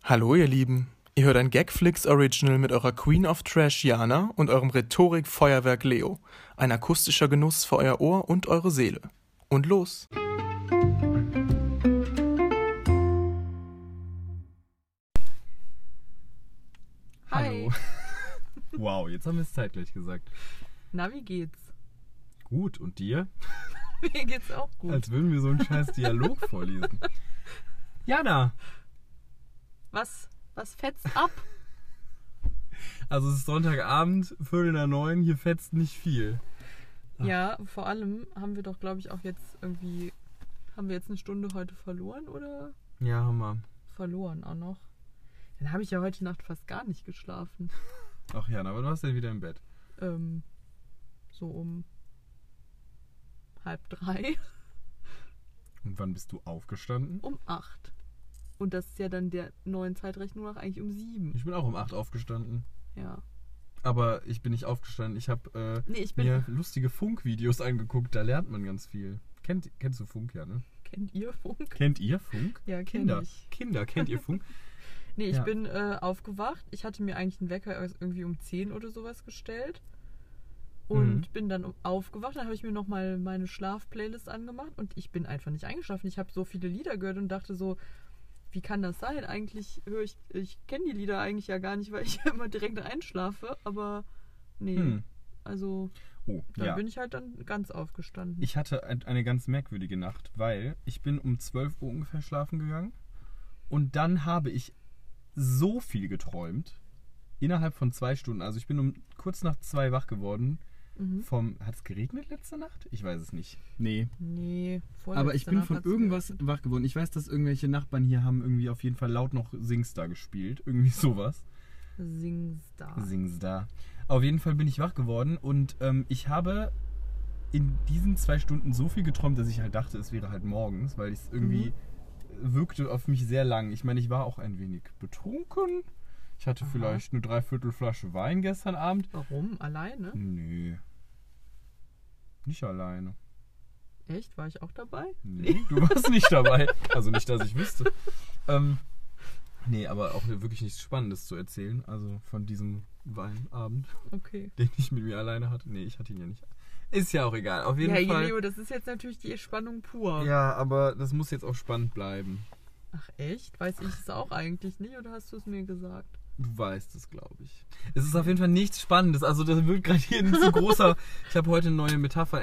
Hallo ihr Lieben, ihr hört ein Gagflix Original mit eurer Queen of Trash Jana und eurem Rhetorik-Feuerwerk Leo. Ein akustischer Genuss für euer Ohr und eure Seele. Und los! Hi. Hallo. Wow, jetzt haben wir es zeitgleich gesagt. Na, wie geht's? Gut, und dir? Mir geht's auch gut. Als würden wir so einen scheiß Dialog vorlesen. Jana! Was fetzt ab? Also es ist Sonntagabend, 8:45, hier fetzt nicht viel. Ja, vor allem haben wir doch, glaube ich, auch jetzt irgendwie... Haben wir jetzt eine Stunde heute verloren, oder? Ja, Hammer. Verloren auch noch. Dann habe ich ja heute Nacht fast gar nicht geschlafen. Ach Jana, aber du warst ja wieder im Bett. So um 2:30. Und wann bist du aufgestanden? Um 8. Und das ist ja dann der neuen Zeitrechnung nach eigentlich um 7. Ich bin auch um 8 aufgestanden. Ja. Aber ich bin nicht aufgestanden. Ich habe mir lustige Funkvideos angeguckt, da lernt man ganz viel. Kennst du Funk, ja, ne? Kennt ihr Funk? Kennt ihr Funk? Ja, kenn ich. Kinder, kennt ihr Funk? Nee, ich Ja. bin aufgewacht. Ich hatte mir eigentlich einen Wecker irgendwie um 10 oder sowas gestellt. Und bin dann aufgewacht. Dann habe ich mir nochmal meine Schlafplaylist angemacht. Und ich bin einfach nicht eingeschlafen. Ich habe so viele Lieder gehört und dachte so, wie kann das sein? Eigentlich höre ich kenne die Lieder eigentlich ja gar nicht, weil ich immer direkt einschlafe. Aber nee, also dann bin ich halt dann ganz aufgestanden. Ich hatte eine ganz merkwürdige Nacht, weil ich bin um 12 Uhr ungefähr schlafen gegangen. Und dann habe ich so viel geträumt. Innerhalb von 2 Stunden. Also ich bin um kurz nach 2 wach geworden. Hat es geregnet letzte Nacht? Ich weiß es nicht. Nee, aber ich bin von irgendwas wach geworden. Ich weiß, dass irgendwelche Nachbarn hier haben irgendwie auf jeden Fall laut noch Singstar gespielt. Irgendwie sowas. Singstar. Auf jeden Fall bin ich wach geworden und ich habe in diesen 2 Stunden so viel geträumt, dass ich halt dachte, es wäre halt morgens, weil es irgendwie wirkte auf mich sehr lang. Ich meine, ich war auch ein wenig betrunken. Ich hatte vielleicht eine 3/4 Flasche Wein gestern Abend. Warum? Alleine? Nee. Nicht alleine. Echt? War ich auch dabei? Nee, du warst nicht dabei. Also nicht, dass ich wüsste. Nee, aber auch wirklich nichts Spannendes zu erzählen. Also von diesem Weinabend, den ich mit mir alleine hatte. Nee, ich hatte ihn ja nicht. Ist ja auch egal. Auf jeden Fall. Leo, das ist jetzt natürlich die Spannung pur. Ja, aber das muss jetzt auch spannend bleiben. Ach echt? Weiß ich es auch eigentlich nicht oder hast du es mir gesagt? Du weißt es, glaube ich. Es ist auf jeden Fall nichts Spannendes. Also das wird gerade hier ein zu großer... Ich habe heute eine neue Metapher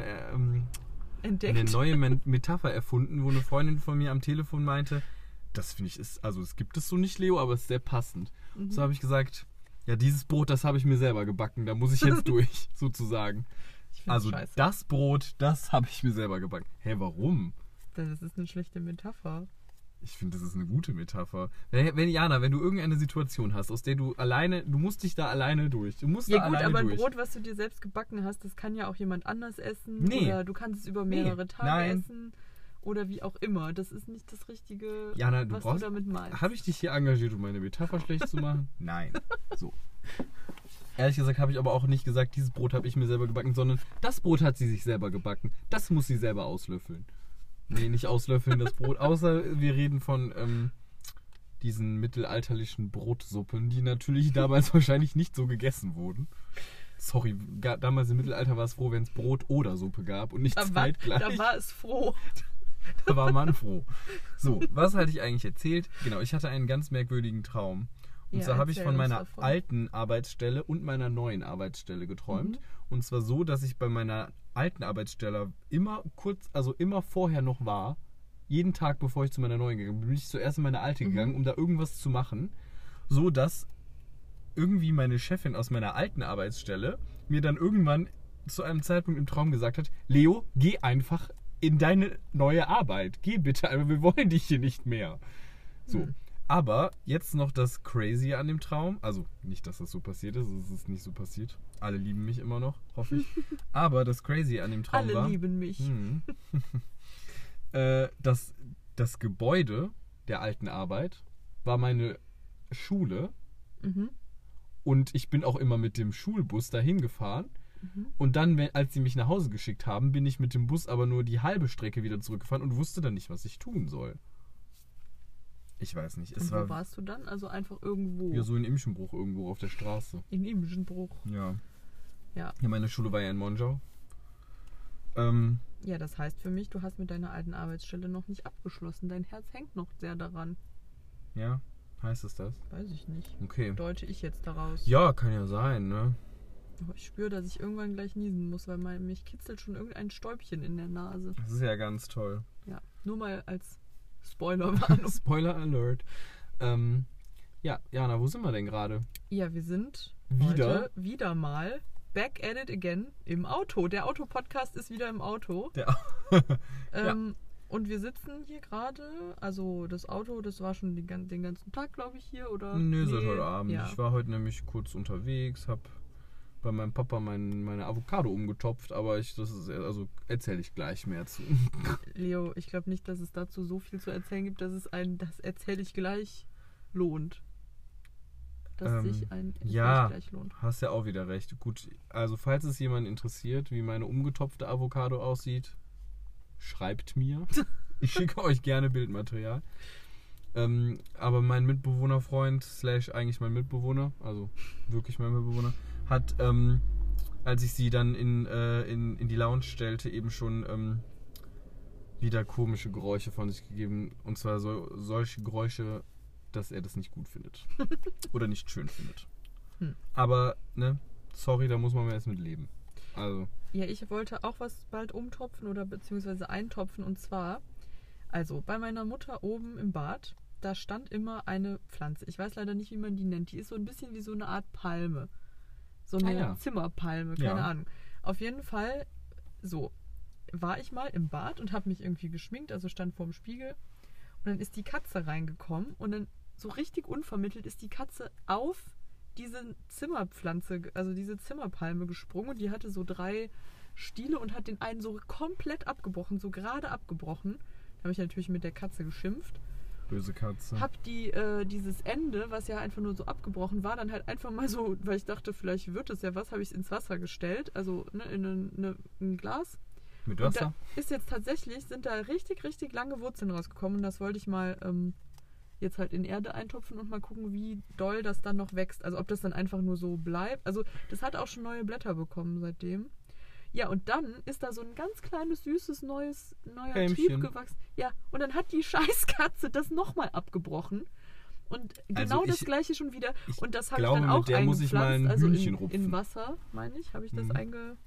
entdeckt. Eine neue Metapher erfunden, wo eine Freundin von mir am Telefon meinte, das finde ich ist... Also es gibt es so nicht, Leo, aber es ist sehr passend. So habe ich gesagt, ja, dieses Brot, das habe ich mir selber gebacken. Da muss ich jetzt durch, sozusagen. Also scheiße. Das Brot, das habe ich mir selber gebacken. Hä, warum? Das ist eine schlechte Metapher. Ich finde, das ist eine gute Metapher. Jana, wenn du irgendeine Situation hast, aus der du musst dich da alleine durch. Du musst da alleine aber ein durch. Brot, was du dir selbst gebacken hast, das kann ja auch jemand anders essen. Nee. Oder du kannst es über mehrere Tage essen. Oder wie auch immer. Das ist nicht das Richtige, Jana, was du damit meinst. Habe ich dich hier engagiert, um meine Metapher schlecht zu machen? Nein. So. Ehrlich gesagt habe ich aber auch nicht gesagt, dieses Brot habe ich mir selber gebacken, sondern das Brot hat sie sich selber gebacken. Das muss sie selber auslöffeln. Nee, nicht auslöffeln, das Brot. Außer wir reden von diesen mittelalterlichen Brotsuppen, die natürlich damals wahrscheinlich nicht so gegessen wurden. Sorry, damals im Mittelalter war es froh, wenn es Brot oder Suppe gab und nicht zeitgleich. Da war es froh. Da war man froh. So, was hatte ich eigentlich erzählt? Genau, ich hatte einen ganz merkwürdigen Traum. Und zwar habe ich von meiner alten Arbeitsstelle und meiner neuen Arbeitsstelle geträumt. Und zwar so, dass ich bei meiner alten Arbeitsstelle immer vorher noch war. Jeden Tag, bevor ich zu meiner neuen gegangen bin, bin ich zuerst in meine alte gegangen, um da irgendwas zu machen. So, dass irgendwie meine Chefin aus meiner alten Arbeitsstelle mir dann irgendwann zu einem Zeitpunkt im Traum gesagt hat, Leo, geh einfach in deine neue Arbeit. Geh bitte, aber wir wollen dich hier nicht mehr. So. Aber jetzt noch das Crazy an dem Traum. Also nicht, dass das so passiert ist. Es ist nicht so passiert. Alle lieben mich immer noch, hoffe ich. Aber das Crazy an dem Traum war... Alle lieben mich. Das Gebäude der alten Arbeit war meine Schule. Und ich bin auch immer mit dem Schulbus dahin gefahren. Und dann, als sie mich nach Hause geschickt haben, bin ich mit dem Bus aber nur die halbe Strecke wieder zurückgefahren und wusste dann nicht, was ich tun soll. Ich weiß nicht. Und wo warst du dann? Also einfach irgendwo? Ja, so in Imschenbruch irgendwo auf der Straße. In Imschenbruch? Ja. Ja, meine Schule war ja in Monschau. Ja, das heißt für mich, du hast mit deiner alten Arbeitsstelle noch nicht abgeschlossen. Dein Herz hängt noch sehr daran. Ja, heißt es das? Weiß ich nicht. Okay. Deute ich jetzt daraus. Ja, kann ja sein, ne? Aber ich spüre, dass ich irgendwann gleich niesen muss, weil mich kitzelt schon irgendein Stäubchen in der Nase. Das ist ja ganz toll. Ja, nur mal als Spoilerwarnung. Spoiler Alert. Ja, Jana, wo sind wir denn gerade? Ja, wir sind wieder heute wieder mal back at it again im Auto. Der Autopodcast ist wieder im Auto. Ja. Und wir sitzen hier gerade, also das Auto, das war schon den ganzen Tag, glaube ich, hier, oder? Nee, seit heute Abend. Ja. Ich war heute nämlich kurz unterwegs, hab bei meinem Papa meine Avocado umgetopft, aber also erzähle ich gleich mehr zu. Leo, ich glaube nicht, dass es dazu so viel zu erzählen gibt, dass es das erzähle ich gleich lohnt. Dass sich ein gleich lohnt. Hast ja auch wieder recht. Gut, also falls es jemanden interessiert, wie meine umgetopfte Avocado aussieht, schreibt mir. Ich schicke euch gerne Bildmaterial. Aber mein Mitbewohnerfreund, / eigentlich mein Mitbewohner, also wirklich mein Mitbewohner, hat, als ich sie dann in die Lounge stellte, eben schon wieder komische Geräusche von sich gegeben. Und zwar solche Geräusche, dass er das nicht gut findet. Oder nicht schön findet. Aber, ne, sorry, da muss man erst mit leben. Also. Ja, ich wollte auch was bald umtopfen oder beziehungsweise eintopfen. Und zwar, also bei meiner Mutter oben im Bad, da stand immer eine Pflanze. Ich weiß leider nicht, wie man die nennt. Die ist so ein bisschen wie so eine Art Palme. So eine Zimmerpalme, keine Ahnung. Auf jeden Fall, so, war ich mal im Bad und habe mich irgendwie geschminkt, also stand vorm Spiegel. Und dann ist die Katze reingekommen und dann so richtig unvermittelt ist die Katze auf diese Zimmerpflanze, also diese Zimmerpalme gesprungen und die hatte so 3 Stiele und hat den einen so komplett abgebrochen, so gerade abgebrochen. Da habe ich natürlich mit der Katze geschimpft. Böse Katze. Hab dieses Ende, was ja einfach nur so abgebrochen war, dann halt einfach mal so, weil ich dachte, vielleicht wird es ja was, habe ich es ins Wasser gestellt, also ne, in ein Glas. Mit Wasser? Und da ist jetzt tatsächlich, sind da richtig, richtig lange Wurzeln rausgekommen und das wollte ich mal jetzt halt in Erde eintopfen und mal gucken, wie doll das dann noch wächst. Also ob das dann einfach nur so bleibt. Also das hat auch schon neue Blätter bekommen seitdem. Ja, und dann ist da so ein ganz kleines, süßes, neuer Trieb gewachsen. Ja, und dann hat die Scheißkatze das nochmal abgebrochen. Und genau also das gleiche schon wieder. Und das habe ich dann auch eingepflanzt. Also in Wasser, meine ich, habe ich das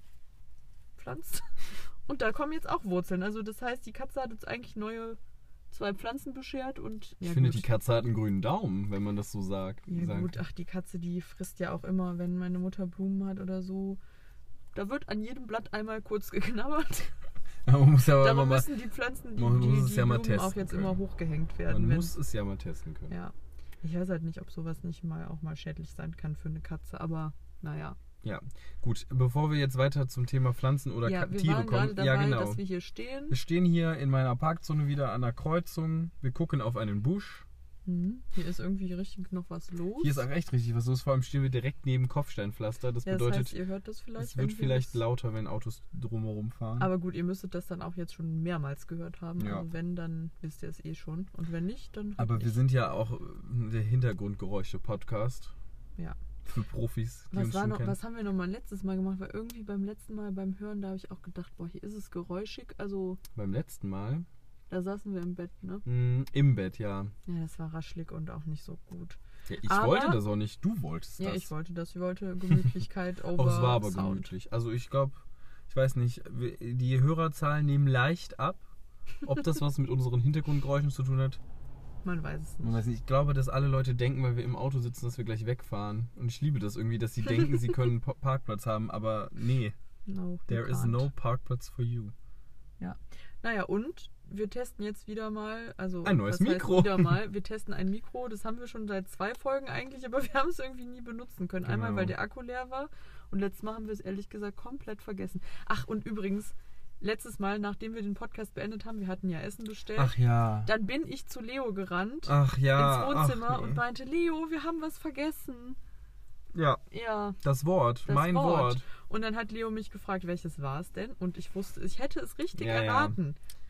eingepflanzt. Und da kommen jetzt auch Wurzeln. Also das heißt, die Katze hat jetzt eigentlich neue 2 Pflanzen beschert und... Ich finde, die Katze hat einen grünen Daumen, wenn man das so sagt. Ja gut, ach, die Katze, die frisst ja auch immer, wenn meine Mutter Blumen hat oder so. Da wird an jedem Blatt einmal kurz geknabbert. Aber man muss ja darum müssen die Pflanzen, die Blumen auch jetzt immer hochgehängt werden. Man muss es ja mal testen können. Ja. Ich weiß halt nicht, ob sowas nicht auch mal schädlich sein kann für eine Katze, aber naja. Ja, gut. Bevor wir jetzt weiter zum Thema Pflanzen oder Tiere kommen. Dabei, dass wir hier stehen. Wir stehen hier in meiner Parkzone wieder an der Kreuzung. Wir gucken auf einen Busch. Hier ist irgendwie richtig noch was los. Hier ist auch echt richtig was los. Vor allem stehen wir direkt neben Kopfsteinpflaster. Das bedeutet, heißt, ihr hört das vielleicht. Es wird vielleicht lauter, wenn Autos drumherum fahren. Aber gut, ihr müsstet das dann auch jetzt schon mehrmals gehört haben. Ja. Also wenn, dann wisst ihr es eh schon. Und wenn nicht, dann halt Aber nicht. Wir sind ja auch der Hintergrundgeräusche-Podcast. Ja. Für Profis, die uns schon kennen. Was haben wir nochmal letztes Mal gemacht? Weil irgendwie beim letzten Mal beim Hören, da habe ich auch gedacht, boah, hier ist es geräuschig. Also beim letzten Mal? Da saßen wir im Bett, ne? Im Bett, ja. Ja, das war raschelig und auch nicht so gut. Ja, ich wollte das auch nicht, du wolltest das. Ja, ich wollte das. Ich wollte Gemütlichkeit over es war aber Sound. Gemütlich. Also ich glaube, ich weiß nicht, die Hörerzahlen nehmen leicht ab. Ob das was mit unseren Hintergrundgeräuschen zu tun hat? Man weiß es nicht. Ich glaube, dass alle Leute denken, weil wir im Auto sitzen, dass wir gleich wegfahren. Und ich liebe das irgendwie, dass sie denken, sie können einen Parkplatz haben, aber nee. No, There is no Parkplatz for you. Ja. Naja, und wir testen jetzt wieder mal, also ein neues Mikro. Wieder mal. Wir testen ein Mikro, das haben wir schon seit 2 Folgen eigentlich, aber wir haben es irgendwie nie benutzen können. Einmal, weil der Akku leer war und letztes Mal haben wir es ehrlich gesagt komplett vergessen. Ach, und übrigens, letztes Mal, nachdem wir den Podcast beendet haben, wir hatten ja Essen bestellt. Ach ja. Dann bin ich zu Leo gerannt. Ach ja. Ins Wohnzimmer und meinte, Leo, wir haben was vergessen. Ja. Das Wort. Mein Wort. Und dann hat Leo mich gefragt, welches war es denn? Und ich wusste, ich hätte es richtig erraten.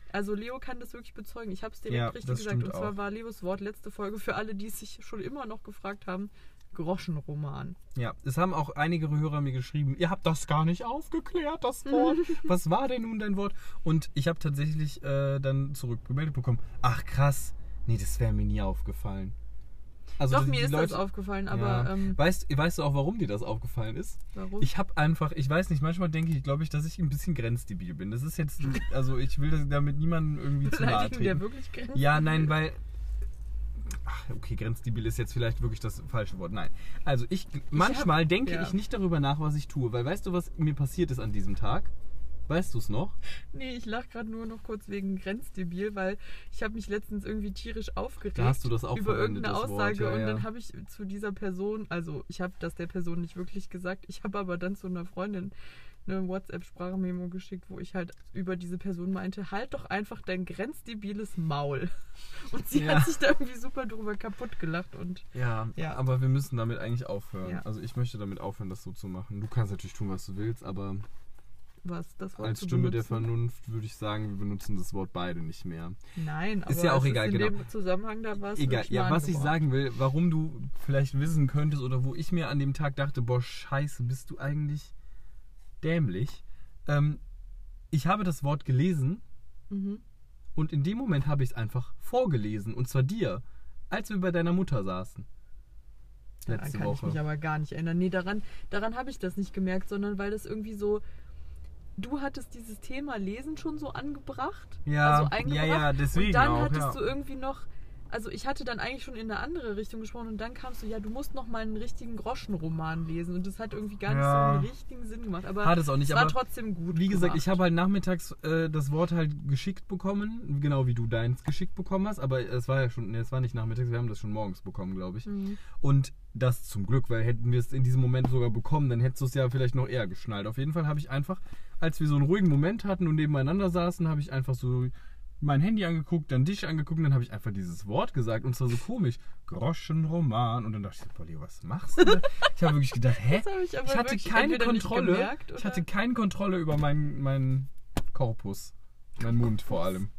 Also Leo kann das wirklich bezeugen. Ich habe es direkt richtig gesagt. Und zwar war Leos Wort letzte Folge für alle, die es sich schon immer noch gefragt haben, Groschenroman. Ja, es haben auch einige Hörer mir geschrieben, ihr habt das gar nicht aufgeklärt, das Wort. Was war denn nun dein Wort? Und ich habe tatsächlich dann zurückgemeldet bekommen, ach krass, nee, das wäre mir nie aufgefallen. Also doch, mir ist das aufgefallen, aber... Ja. Weißt du auch, warum dir das aufgefallen ist? Warum? Ich weiß nicht, manchmal denke ich, glaube ich, dass ich ein bisschen grenzdebil bin. Das ist jetzt, also ich will damit niemandem irgendwie zu nahe treten. Der wirklich grenzdebil? Ja, nein, weil... Okay, grenzdebil ist jetzt vielleicht wirklich das falsche Wort. Nein. Also manchmal denke ich nicht darüber nach, was ich tue. Weil weißt du, was mir passiert ist an diesem Tag? Weißt du es noch? Nee, ich lache gerade nur noch kurz wegen grenzdebil, weil ich habe mich letztens irgendwie tierisch aufgeregt da hast du das auch über irgendeine Aussage Wort, und dann habe ich zu dieser Person, also ich habe das der Person nicht wirklich gesagt, ich habe aber dann zu einer Freundin eine WhatsApp-Sprachmemo geschickt, wo ich halt über diese Person meinte, halt doch einfach dein grenzdebiles Maul. Und sie hat sich da irgendwie super drüber kaputt gelacht. Und ja, aber wir müssen damit eigentlich aufhören. Ja. Also ich möchte damit aufhören, das so zu machen. Du kannst natürlich tun, was du willst, aber das Wort als Stimme der Vernunft würde ich sagen, wir benutzen das Wort beide nicht mehr. Nein, aber ist ja auch egal, in dem Zusammenhang da war es egal. Ja, was ich sagen will, warum du vielleicht wissen könntest oder wo ich mir an dem Tag dachte, boah, scheiße, bist du eigentlich dämlich. Ich habe das Wort gelesen und in dem Moment habe ich es einfach vorgelesen und zwar dir, als wir bei deiner Mutter saßen. Letzte Woche. Ich mich aber gar nicht erinnern. Nee, daran habe ich das nicht gemerkt, sondern weil das irgendwie so... Du hattest dieses Thema Lesen schon so angebracht. Ja, also eingebracht. Ja, deswegen und dann auch, hattest du irgendwie noch... Also ich hatte dann eigentlich schon in eine andere Richtung gesprochen und dann kamst du, ja, du musst noch mal einen richtigen Groschenroman lesen und das hat irgendwie gar nicht so einen richtigen Sinn gemacht. Aber hat es auch nicht, war trotzdem gut wie gesagt, gemacht. Ich habe halt nachmittags das Wort halt geschickt bekommen, genau wie du deins geschickt bekommen hast, aber es war ja schon, es war nicht nachmittags, wir haben das schon morgens bekommen, glaube ich. Und das zum Glück, weil hätten wir es in diesem Moment sogar bekommen, dann hättest du es ja vielleicht noch eher geschnallt. Auf jeden Fall habe ich einfach, als wir so einen ruhigen Moment hatten und nebeneinander saßen, habe ich einfach so mein Handy angeguckt, dann dich angeguckt und dann habe ich einfach dieses Wort gesagt und es war so komisch. Groschenroman. Und dann dachte ich, Polly, was machst du? Ich habe wirklich gedacht, hä? Ich hatte keine Kontrolle. Gemerkt, ich hatte keine Kontrolle über meinen Korpus. Mein Mund vor allem.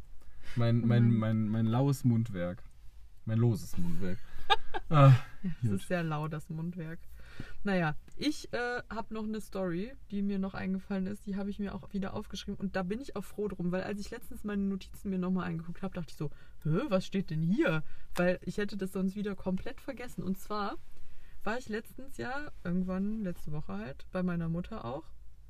Mein laues Mundwerk. Mein loses Mundwerk. Das ist sehr lau, das Mundwerk. Naja, ich habe noch eine Story, die mir noch eingefallen ist. Die habe ich mir auch wieder aufgeschrieben. Und da bin ich auch froh drum, weil als ich letztens meine Notizen mir nochmal angeguckt habe, dachte ich so, was steht denn hier? Weil ich hätte das sonst wieder komplett vergessen. Und zwar war ich letztens irgendwann, letzte Woche halt, bei meiner Mutter auch.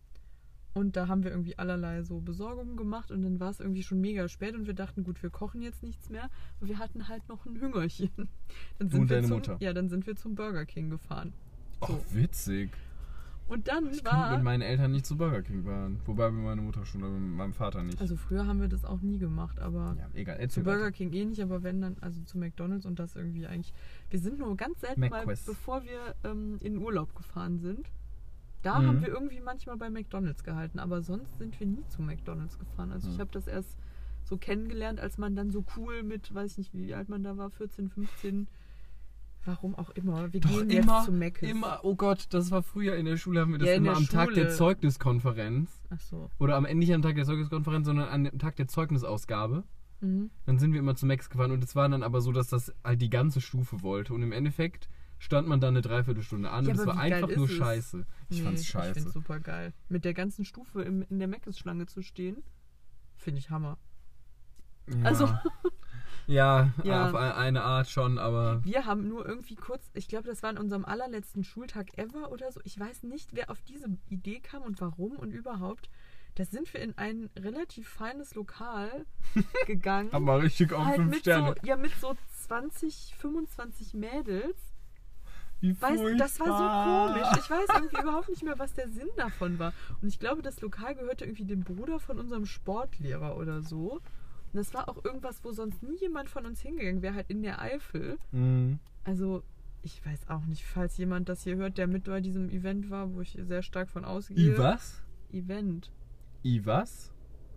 Und da haben wir irgendwie allerlei so Besorgungen gemacht. Und dann war es irgendwie schon mega spät. Und wir dachten, gut, wir kochen jetzt nichts mehr. Aber wir hatten halt noch ein Hüngerchen. Mutter? Ja, dann sind wir zum Burger King gefahren. So. Oh, witzig. Und dann ich konnte mit meinen Eltern nicht zu Burger King fahren. Wobei mit meiner Mutter schon, aber mit meinem Vater nicht. Also früher haben wir das auch nie gemacht, aber ja, egal, zu Burger King eh nicht, aber wenn dann, also zu McDonald's und das irgendwie eigentlich. Wir sind nur ganz selten mal, bevor wir in Urlaub gefahren sind. Da haben wir irgendwie manchmal bei McDonald's gehalten, aber sonst sind wir nie zu McDonald's gefahren. Also ich habe das erst so kennengelernt, als man dann so cool mit, weiß ich nicht, wie alt man da war, 14, 15... Warum auch immer. Wir gehen jetzt zu Mc's. Immer, oh Gott, das war früher in der Schule, haben wir das immer am Tag der Zeugniskonferenz. Ach so. Oder nicht am Tag der Zeugniskonferenz, sondern am Tag der Zeugnisausgabe. Dann sind wir immer zu Mc's gefahren und es war dann aber so, dass das halt die ganze Stufe wollte. Und im Endeffekt stand man da eine Dreiviertelstunde an und es war einfach nur scheiße. Ich fand's scheiße. Ich find's super geil. Mit der ganzen Stufe in der Mc's-Schlange zu stehen, finde ich Hammer. Ja. Also... Ja, auf eine Art schon, aber... Wir haben nur irgendwie kurz, ich glaube, das war an unserem allerletzten Schultag ever oder so. Ich weiß nicht, wer auf diese Idee kam und warum und überhaupt. Da sind wir in ein relativ feines Lokal gegangen. Aber richtig auf 5 Sterne. Mit so 20, 25 Mädels. Wie furchtbar. Das war so komisch. Ich weiß irgendwie überhaupt nicht mehr, was der Sinn davon war. Und ich glaube, das Lokal gehörte irgendwie dem Bruder von unserem Sportlehrer oder so. Und das war auch irgendwas, wo sonst nie jemand von uns hingegangen wäre, halt in der Eifel. Also, ich weiß auch nicht, falls jemand das hier hört, der mit bei diesem Event war, wo ich sehr stark von ausgehe. Was? Event. Was?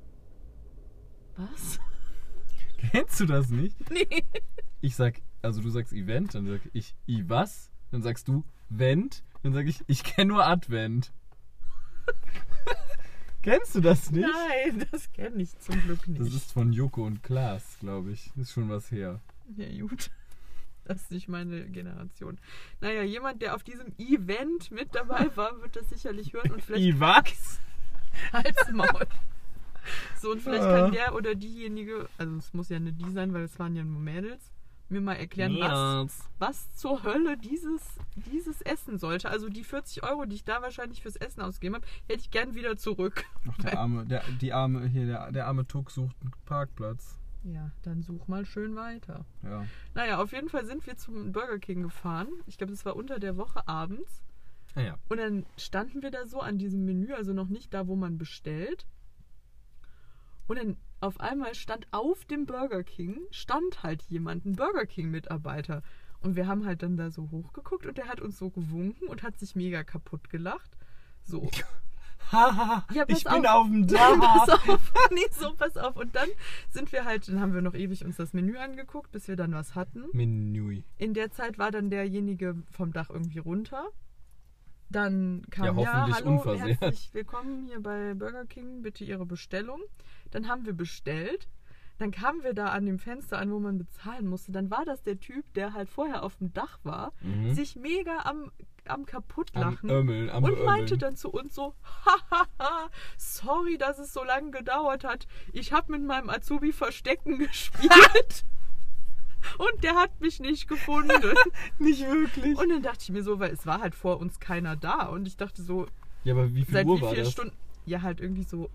Was? Kennst du das nicht? Nee. Du sagst Event, dann sag ich was, dann sagst du Vent, dann sag ich kenne nur Advent. Kennst du das nicht? Nein, das kenne ich zum Glück nicht. Das ist von Joko und Klaas, glaube ich. Ist schon was her. Ja, gut. Das ist nicht meine Generation. Naja, jemand, der auf diesem Event mit dabei war, wird das sicherlich hören und vielleicht... Was? Halt's Maul. So, und vielleicht kann der oder diejenige, also es muss ja eine die sein, weil es waren ja nur Mädels, mir mal erklären, was zur Hölle dieses Essen sollte. Also die 40 €, die ich da wahrscheinlich fürs Essen ausgegeben habe, hätte ich gern wieder zurück. Ach, der arme Tuck sucht einen Parkplatz. Ja, dann such mal schön weiter. Ja. Naja, auf jeden Fall sind wir zum Burger King gefahren. Ich glaube, das war unter der Woche abends. Ah, ja. Und dann standen wir da so an diesem Menü, also noch nicht da, wo man bestellt. Und dann auf einmal stand auf dem Burger King, stand halt ein Burger King-Mitarbeiter. Und wir haben halt dann da so hochgeguckt und der hat uns so gewunken und hat sich mega kaputt gelacht. So. Haha, ja, ich bin auf dem Dach. Pass auf. Und dann dann haben wir noch ewig uns das Menü angeguckt, bis wir dann was hatten. Menü. In der Zeit war dann derjenige vom Dach irgendwie runter. Dann kam, hoffentlich hallo, unversehrt. herzlich willkommen hier bei Burger King, bitte Ihre Bestellung. Dann haben wir bestellt. Dann kamen wir da an dem Fenster an, wo man bezahlen musste. Dann war das der Typ, der halt vorher auf dem Dach war, sich mega am kaputtlachen und meinte dann zu uns so, hahaha, sorry, dass es so lange gedauert hat. Ich habe mit meinem Azubi Verstecken gespielt. Und der hat mich nicht gefunden. Nicht wirklich. Und dann dachte ich mir so, weil es war halt vor uns keiner da. Und ich dachte so, ja, aber wie viel seit Uhr wie war vielen das? Stunden? Ja, halt irgendwie so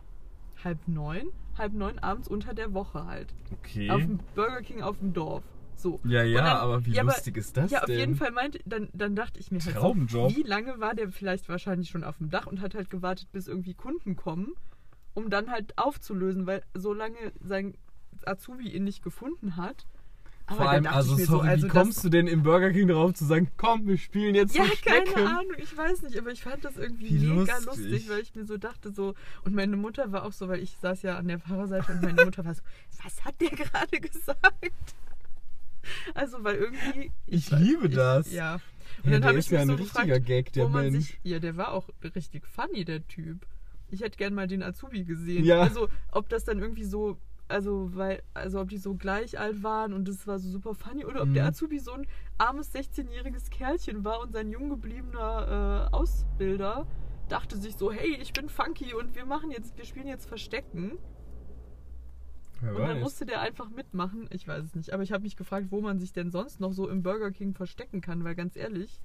8:30 abends unter der Woche halt. Okay. Auf dem Burger King auf dem Dorf. So. Ja, dann, aber wie lustig ist das denn? Ja, auf jeden Fall dann dachte ich mir halt Traumjob. so, wie lange war der vielleicht wahrscheinlich schon auf dem Dach und hat halt gewartet, bis irgendwie Kunden kommen, um dann halt aufzulösen, weil so lange sein Azubi ihn nicht gefunden hat. Aber vor allem, wie kommst du denn im Burger King drauf zu sagen, komm, wir spielen jetzt Verstecken? Ja, keine Ahnung, ich weiß nicht, aber ich fand das irgendwie mega lustig, weil ich mir so dachte so, und meine Mutter war auch so, weil ich saß ja an der Fahrerseite und meine Mutter war so, was hat der gerade gesagt? Also, weil irgendwie... Ich liebe das. Ja. Und ja, dann habe ich ich mich mich ja so ein richtiger gefragt, Gag, der Mensch. Ja, der war auch richtig funny, der Typ. Ich hätte gern mal den Azubi gesehen. Ja. Also, ob das dann irgendwie so... Also ob die so gleich alt waren und das war so super funny oder ob der Azubi so ein armes 16-jähriges Kerlchen war und sein jung gebliebener Ausbilder dachte sich so, hey, ich bin funky und wir spielen jetzt Verstecken. Wer und weiß. dann musste der einfach mitmachen. Ich weiß es nicht, aber ich habe mich gefragt, wo man sich denn sonst noch so im Burger King verstecken kann, weil ganz ehrlich...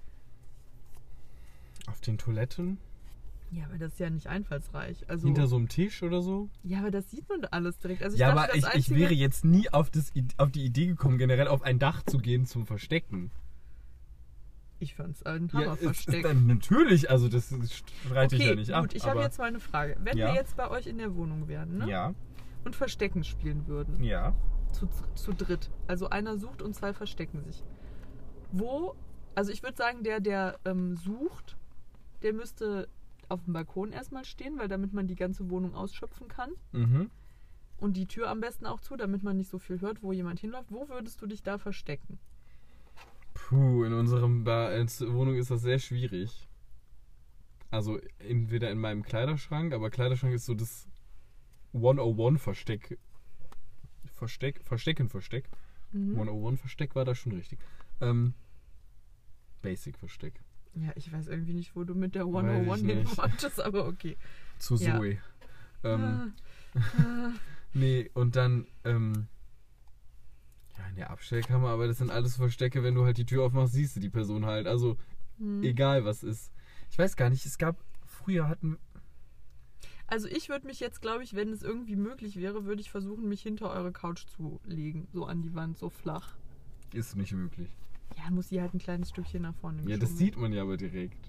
Auf den Toiletten? Ja, aber das ist ja nicht einfallsreich. Also, hinter so einem Tisch oder so? Ja, aber das sieht man alles direkt. Also ja, aber ich wäre jetzt nie auf die Idee gekommen, generell auf ein Dach zu gehen zum Verstecken. Ich fand es ein Hammerversteck. Ja, natürlich, also das streite ich ja nicht ab. Gut, ich habe jetzt mal eine Frage. Wenn wir jetzt bei euch in der Wohnung wären, ne? Ja. Und Verstecken spielen würden. Ja. Zu dritt. Also einer sucht und 2 verstecken sich. Also ich würde sagen, der sucht, der müsste auf dem Balkon erstmal stehen, weil damit man die ganze Wohnung ausschöpfen kann. Mhm. Und die Tür am besten auch zu, damit man nicht so viel hört, wo jemand hinläuft. Wo würdest du dich da verstecken? Puh, in unserer Wohnung ist das sehr schwierig. Also entweder in meinem Kleiderschrank, aber Kleiderschrank ist so das 101-Versteck. Versteck. 101-Versteck war da schon richtig. Basic-Versteck. Ja, ich weiß irgendwie nicht, wo du mit der 101 hin wolltest, aber okay. Zu Zoe. Nee, und dann in der Abstellkammer, aber das sind alles Verstecke, wenn du halt die Tür aufmachst, siehst du die Person halt. Also egal was ist. Ich weiß gar nicht, Also ich würde mich jetzt, glaube ich, wenn es irgendwie möglich wäre, würde ich versuchen, mich hinter eure Couch zu legen. So an die Wand, so flach. Ist nicht möglich. Ja, muss sie halt ein kleines Stückchen nach vorne geschoben. Ja, das sieht man ja aber direkt.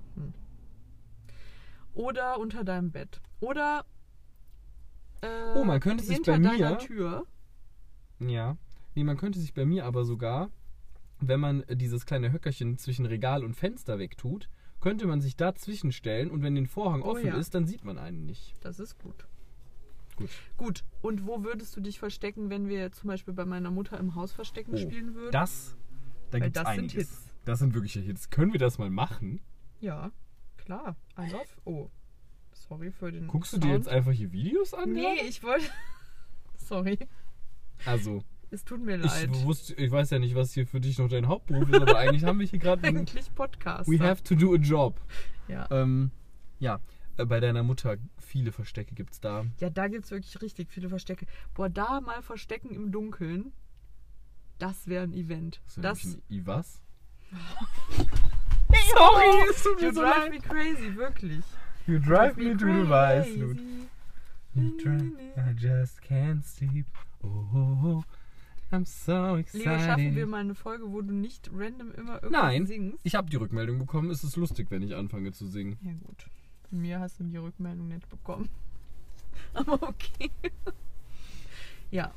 Oder unter deinem Bett. Oder man könnte sich bei hinter mir... deiner Tür. Ja. Nee, man könnte sich bei mir aber sogar, wenn man dieses kleine Höckerchen zwischen Regal und Fenster wegtut, könnte man sich dazwischen stellen und wenn den Vorhang offen ist, dann sieht man einen nicht. Das ist gut. Gut. Und wo würdest du dich verstecken, wenn wir zum Beispiel bei meiner Mutter im Haus Verstecken spielen würden? Da gibt es einiges. Sind Hits. Das sind wirkliche Hits. Können wir das mal machen? Ja, klar. I love... Oh. Sorry für den Guckst du dir jetzt einfach hier Videos an? Nee, gerade? ich wollte... Sorry. Also... Es tut mir leid. Ich weiß ja nicht, was hier für dich noch dein Hauptberuf ist, aber eigentlich haben wir hier gerade... Eigentlich Podcast. We have to do a job. Ja. Bei deiner Mutter viele Verstecke gibt's da. Ja, da gibt's wirklich richtig viele Verstecke. Boah, da mal verstecken im Dunkeln, das wäre ein Event. Was? Sorry, es tut mir so leid. You drive me crazy, wirklich. You drive me to the Weißblut. I just can't sleep. Oh, I'm so excited. Leo, schaffen wir mal eine Folge, wo du nicht random immer irgendwas singst? Nein, ich habe die Rückmeldung bekommen. Es ist lustig, wenn ich anfange zu singen. Ja gut. Von mir hast du die Rückmeldung nicht bekommen. Aber okay. Ja.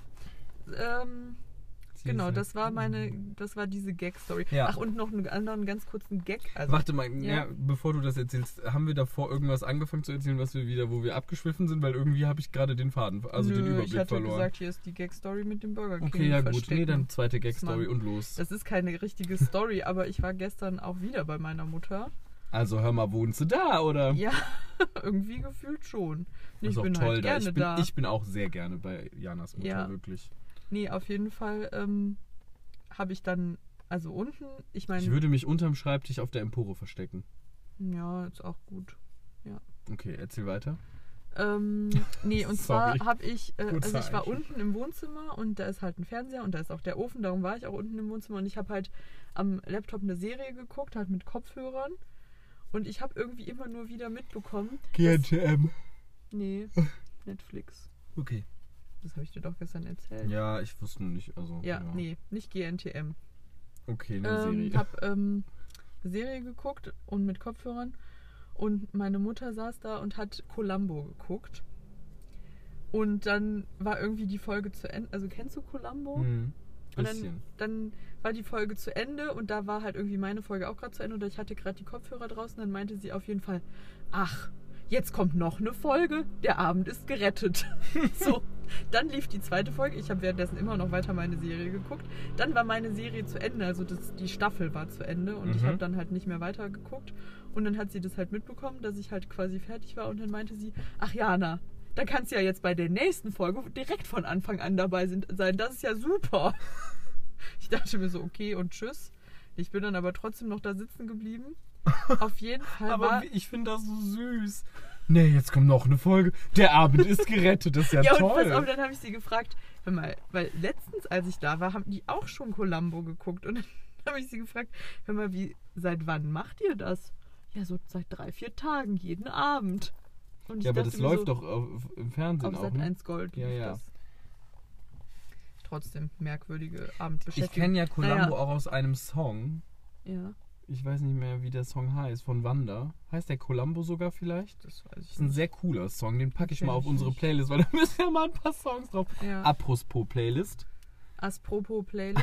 Genau, das war diese Gag-Story. Ja. Ach, und noch einen anderen ganz kurzen Gag. Also, warte mal, bevor du das erzählst, haben wir davor irgendwas angefangen zu erzählen, wo wir abgeschwiffen sind? Weil irgendwie habe ich gerade den Faden, den Überblick ich hatte verloren. Gesagt, hier ist die Gag-Story mit dem Burger King. Okay, ja verstecken. gut. Nee, dann zweite Gag-Story und los. Das ist keine richtige Story, aber ich war gestern auch wieder bei meiner Mutter. Also hör mal, wohnst du da, oder? Ja, irgendwie gefühlt schon. Das ist auch bin toll halt gerne da. Ich bin auch sehr gerne bei Janas Mutter, wirklich. Nee, auf jeden Fall habe ich dann, also unten, ich würde mich unterm Schreibtisch auf der Empore verstecken. Ja, ist auch gut. Ja. Okay, erzähl weiter. Nee, und zwar habe ich, ich war eigentlich. unten im Wohnzimmer und da ist halt ein Fernseher und da ist auch der Ofen, darum war ich auch unten im Wohnzimmer und ich habe halt am Laptop eine Serie geguckt, halt mit Kopfhörern und ich habe irgendwie immer nur wieder mitbekommen. GNTM. Nee, Netflix. Okay. Das habe ich dir doch gestern erzählt. Ja, ich wusste nur nicht, also... Ja, nee, nicht GNTM. Okay, eine Serie. Ich habe eine Serie geguckt und mit Kopfhörern und meine Mutter saß da und hat Columbo geguckt. Und dann war irgendwie die Folge zu Ende. Also kennst du Columbo? Und dann war die Folge zu Ende und da war halt irgendwie meine Folge auch gerade zu Ende und ich hatte gerade die Kopfhörer draußen. Dann meinte sie auf jeden Fall, ach, jetzt kommt noch eine Folge, der Abend ist gerettet. So, dann lief die zweite Folge. Ich habe währenddessen immer noch weiter meine Serie geguckt. Dann war meine Serie zu Ende, also die Staffel war zu Ende und ich habe dann halt nicht mehr weiter geguckt. Und dann hat sie das halt mitbekommen, dass ich halt quasi fertig war und dann meinte sie, ach Jana, da kannst du ja jetzt bei der nächsten Folge direkt von Anfang an dabei sein. Das ist ja super. Ich dachte mir so, okay und tschüss. Ich bin dann aber trotzdem noch da sitzen geblieben. Auf jeden Fall aber ich finde das so süß. Nee, jetzt kommt noch eine Folge. Der Abend ist gerettet, das ist ja toll. Und pass auf, dann habe ich sie gefragt, hör mal, weil letztens, als ich da war, haben die auch schon Columbo geguckt. Und dann habe ich sie gefragt, hör mal, seit wann macht ihr das? Ja, so seit 3-4 Tagen, jeden Abend. Und ja, aber das läuft doch im Fernsehen auch. Auf Sat.1 Gold lief das. Trotzdem merkwürdige Abendbeschäftigung. Ich kenne ja Columbo auch aus einem Song. Ja. Ich weiß nicht mehr, wie der Song heißt, von Wanda. Heißt der Columbo sogar vielleicht? Das weiß ich nicht. Das ist ein sehr cooler Song, den packe ich mal auf unsere Playlist, weil da müssen ja mal ein paar Songs drauf. Ja. Apropos Playlist. Apropos Playlist.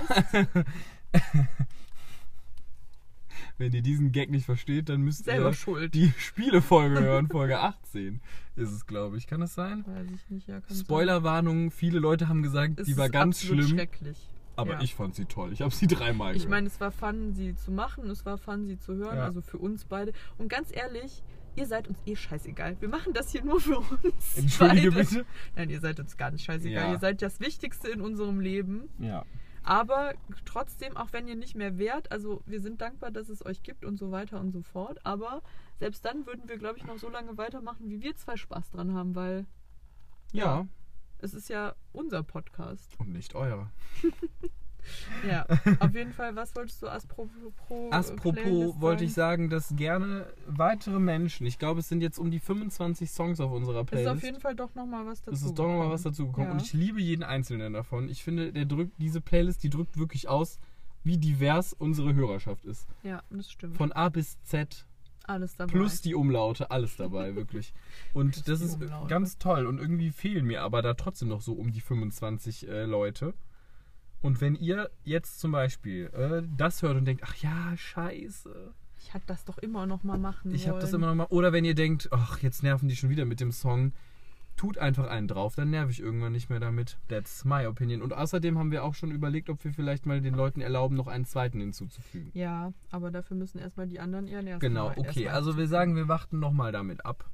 Wenn ihr diesen Gag nicht versteht, dann müsst selber ihr schuld. Die Spielefolge hören. Folge 18 ist es, glaube ich. Kann das sein? Weiß ich nicht, ja. Spoilerwarnung, viele Leute haben gesagt, die war ganz schlimm. Schrecklich. Aber ich fand sie toll. Ich habe sie 3-mal gehört. Ich meine, es war fun, sie zu machen. Es war fun, sie zu hören. Also für uns beide. Und ganz ehrlich, ihr seid uns scheißegal. Wir machen das hier nur für uns. Entschuldige beide. Bitte? Nein, ihr seid uns gar nicht scheißegal. Ja. Ihr seid das Wichtigste in unserem Leben. Ja. Aber trotzdem, auch wenn ihr nicht mehr wärt, also wir sind dankbar, dass es euch gibt und so weiter und so fort. Aber selbst dann würden wir, glaube ich, noch so lange weitermachen, wie wir zwei Spaß dran haben, weil ja. Es ist ja unser Podcast. Und nicht euer. Ja, auf jeden Fall, was wolltest du apropos wollte ich sagen, dass gerne weitere Menschen, ich glaube, es sind jetzt um die 25 Songs auf unserer Playlist. Es ist auf jeden Fall doch nochmal was dazu gekommen. Es ist doch nochmal was dazu gekommen. Ja. Und ich liebe jeden einzelnen davon. Ich finde, diese Playlist, die drückt wirklich aus, wie divers unsere Hörerschaft ist. Ja, das stimmt. Von A bis Z. Alles dabei. Plus die Umlaute, alles dabei, wirklich. Und das ist ganz toll. Und irgendwie fehlen mir aber da trotzdem noch so um die 25 Leute. Und wenn ihr jetzt zum Beispiel das hört und denkt, ach ja, scheiße. Ich hab das doch immer noch mal machen wollen. Ich hab das immer noch mal. Oder wenn ihr denkt, ach, jetzt nerven die schon wieder mit dem Song. Tut einfach einen drauf, dann nerv ich irgendwann nicht mehr damit. That's my opinion. Und außerdem haben wir auch schon überlegt, ob wir vielleicht mal den Leuten erlauben, noch einen zweiten hinzuzufügen. Ja, aber dafür müssen erstmal die anderen ihren ersten Genau, okay. Also wir sagen, wir warten nochmal damit ab.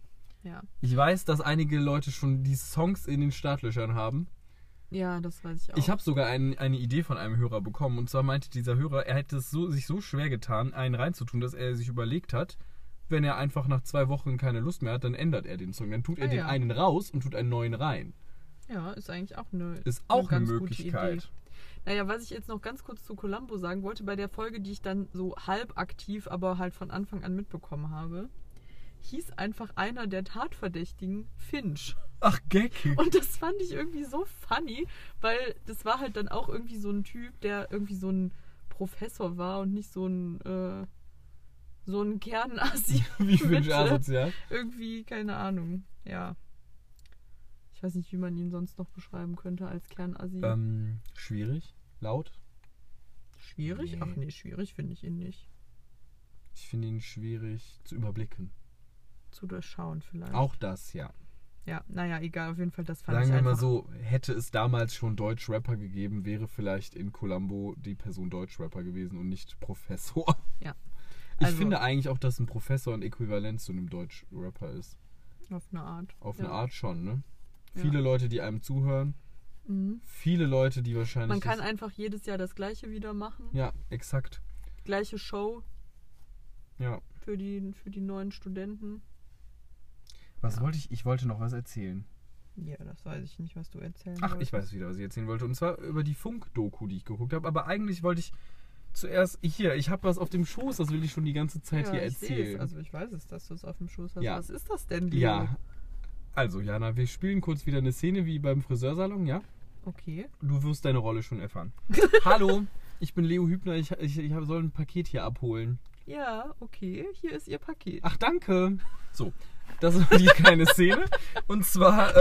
Ja. Ich weiß, dass einige Leute schon die Songs in den Startlöchern haben. Ja, das weiß ich auch. Ich habe sogar eine Idee von einem Hörer bekommen. Und zwar meinte dieser Hörer, er hätte es sich so schwer getan, einen reinzutun, dass er sich überlegt hat, wenn er einfach nach 2 Wochen keine Lust mehr hat, dann ändert er den Song. Dann tut er den einen raus und tut einen neuen rein. Ja, ist eigentlich auch eine ganz Möglichkeit. Gute Idee. Naja, was ich jetzt noch ganz kurz zu Columbo sagen wollte, bei der Folge, die ich dann so halb aktiv, aber halt von Anfang an mitbekommen habe, hieß einfach einer der Tatverdächtigen Finch. Ach, geckig. Und das fand ich irgendwie so funny, weil das war halt dann auch irgendwie so ein Typ, der irgendwie so ein Professor war und nicht so ein Kernassi. Wie Finch asozial? Irgendwie, keine Ahnung. Ja. Ich weiß nicht, wie man ihn sonst noch beschreiben könnte als Kernassi. Schwierig? Laut? Schwierig? Nee. Ach nee, schwierig finde ich ihn nicht. Ich finde ihn schwierig zu überblicken. Zu durchschauen vielleicht. Auch das, ja. Ja, naja, egal, auf jeden Fall, das fand Sagen ich wir einfach... mal so, hätte es damals schon Deutsch-Rapper gegeben, wäre vielleicht in Columbo die Person Deutsch-Rapper gewesen und nicht Professor. Ja. Ich finde eigentlich auch, dass ein Professor ein Äquivalent zu einem Deutsch-Rapper ist. Auf eine Art. Auf eine Art schon, ne? Viele Leute, die einem zuhören. Viele Leute, die wahrscheinlich... Man kann einfach jedes Jahr das Gleiche wieder machen. Ja, exakt. Gleiche Show. Ja. Für die neuen Studenten. Was wollte ich? Ich wollte noch was erzählen. Ja, das weiß ich nicht, was du erzählen wolltest. Ich weiß wieder, was ich erzählen wollte. Und zwar über die Funk-Doku, die ich geguckt habe. Aber eigentlich wollte ich zuerst... ich habe was auf dem Schoß, das will ich schon die ganze Zeit hier erzählen. Also ich weiß es, dass du es auf dem Schoß hast. Ja. Was ist das denn, Leo? Ja. Also, Jana, wir spielen kurz wieder eine Szene wie beim Friseursalon, ja? Okay. Du wirst deine Rolle schon erfahren. Hallo, ich bin Leo Hübner, ich soll ein Paket hier abholen. Ja, okay, hier ist Ihr Paket. Ach, danke. So, das ist die kleine Szene. Und zwar...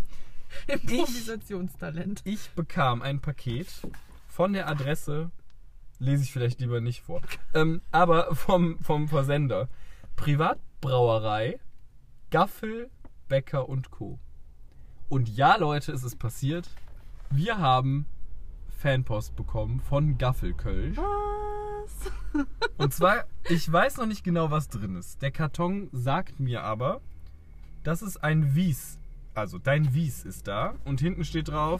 Improvisationstalent. Ich bekam ein Paket von der Adresse, lese ich vielleicht lieber nicht vor, aber vom Versender. Privatbrauerei, Gaffel, Bäcker und Co. Und ja, Leute, es ist passiert. Wir haben Fanpost bekommen von Gaffelkölsch. Was? Und zwar, ich weiß noch nicht genau, was drin ist. Der Karton sagt mir aber, das ist ein Wies. Also, dein Wies ist da. Und hinten steht drauf,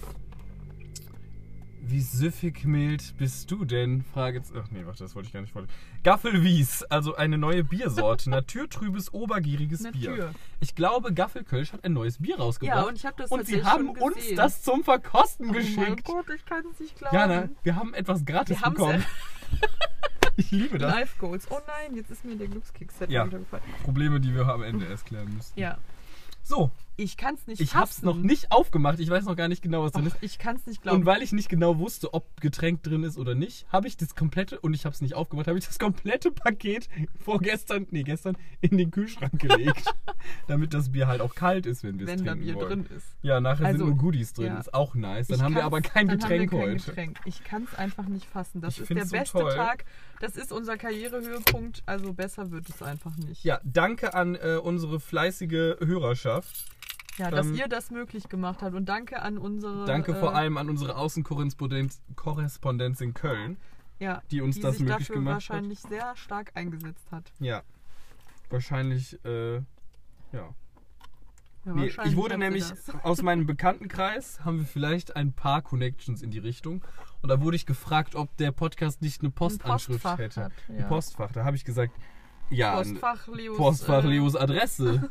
wie süffig mild bist du denn? Ach nee, warte, das wollte ich gar nicht vorlesen. Gaffelwies, also eine neue Biersorte. Naturtrübes, obergieriges Bier. Ich glaube, Gaffelkölsch hat ein neues Bier rausgebracht. Ja, und ich habe das und sie haben uns das zum Verkosten geschickt. Oh mein Gott, ich kann es nicht glauben. Jana, wir haben etwas gratis bekommen. Ich liebe das. Life Goals. Oh nein, jetzt ist mir der Glückskeks-Set runtergefallen. Probleme, die wir am Ende erst klären müssen. Ja. So. Ich kann es nicht fassen. Ich habe es noch nicht aufgemacht. Ich weiß noch gar nicht genau, was drin ist. Ich kann es nicht glauben. Und weil ich nicht genau wusste, ob Getränk drin ist oder nicht, habe ich das komplette, und ich habe es nicht aufgemacht, habe ich das komplette Paket gestern in den Kühlschrank gelegt. Damit das Bier halt auch kalt ist, wenn wir es trinken Bier wollen. drin ist. Ja, nachher sind nur Goodies drin. Ja. Ist auch nice. Dann haben wir aber kein Getränk heute. Ich kann es einfach nicht fassen. Das ist der beste Tag. Das ist unser Karrierehöhepunkt. Also besser wird es einfach nicht. Ja, danke an unsere fleißige Hörerschaft. Ja, dass ihr das möglich gemacht habt. Und danke an unsere... Danke vor allem an unsere Außenkorrespondenz in Köln, die uns das möglich gemacht hat. Die sich dafür wahrscheinlich sehr stark eingesetzt hat. Ja, wahrscheinlich, Ja, nee, ich wurde nämlich aus meinem Bekanntenkreis, haben wir vielleicht ein paar Connections in die Richtung. Und da wurde ich gefragt, ob der Podcast nicht eine Postanschrift hätte. Ein Postfach. Da habe ich gesagt, ja, Postfach Leos Adresse.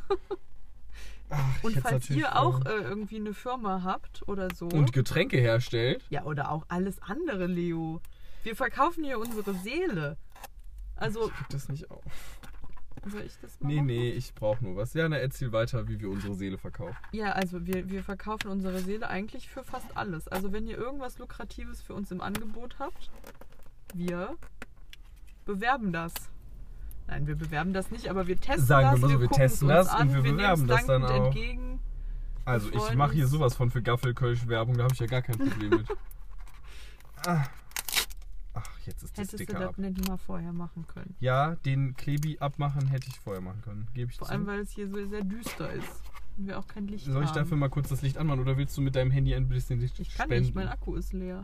Ach, und falls ihr auch irgendwie eine Firma habt oder so. Und Getränke herstellt. Ja, oder auch alles andere, Leo. Wir verkaufen hier unsere Seele. Also. Ich krieg das nicht auf. Soll ich das mal machen? Nee, ich brauche nur was. Jana, erzähl weiter, wie wir unsere Seele verkaufen. Ja, also wir verkaufen unsere Seele eigentlich für fast alles. Also wenn ihr irgendwas Lukratives für uns im Angebot habt, wir bewerben das. Nein, wir bewerben das nicht, aber wir testen Sagen das. Sagen wir mal so, wir testen das und wir bewerben das dann auch. Entgegen. Also ich mache hier sowas von für Gaffelkölsch-Werbung, da habe ich ja gar kein Problem mit. Ach, jetzt ist der Sticker ab. Hättest du das nicht mal vorher machen können? Ja, den Klebi abmachen hätte ich vorher machen können, gebe ich zu. Vor allem, weil es hier so sehr düster ist und wir auch kein Licht haben. Soll ich dafür mal kurz das Licht anmachen oder willst du mit deinem Handy ein bisschen Licht Ich kann nicht, mein Akku ist leer.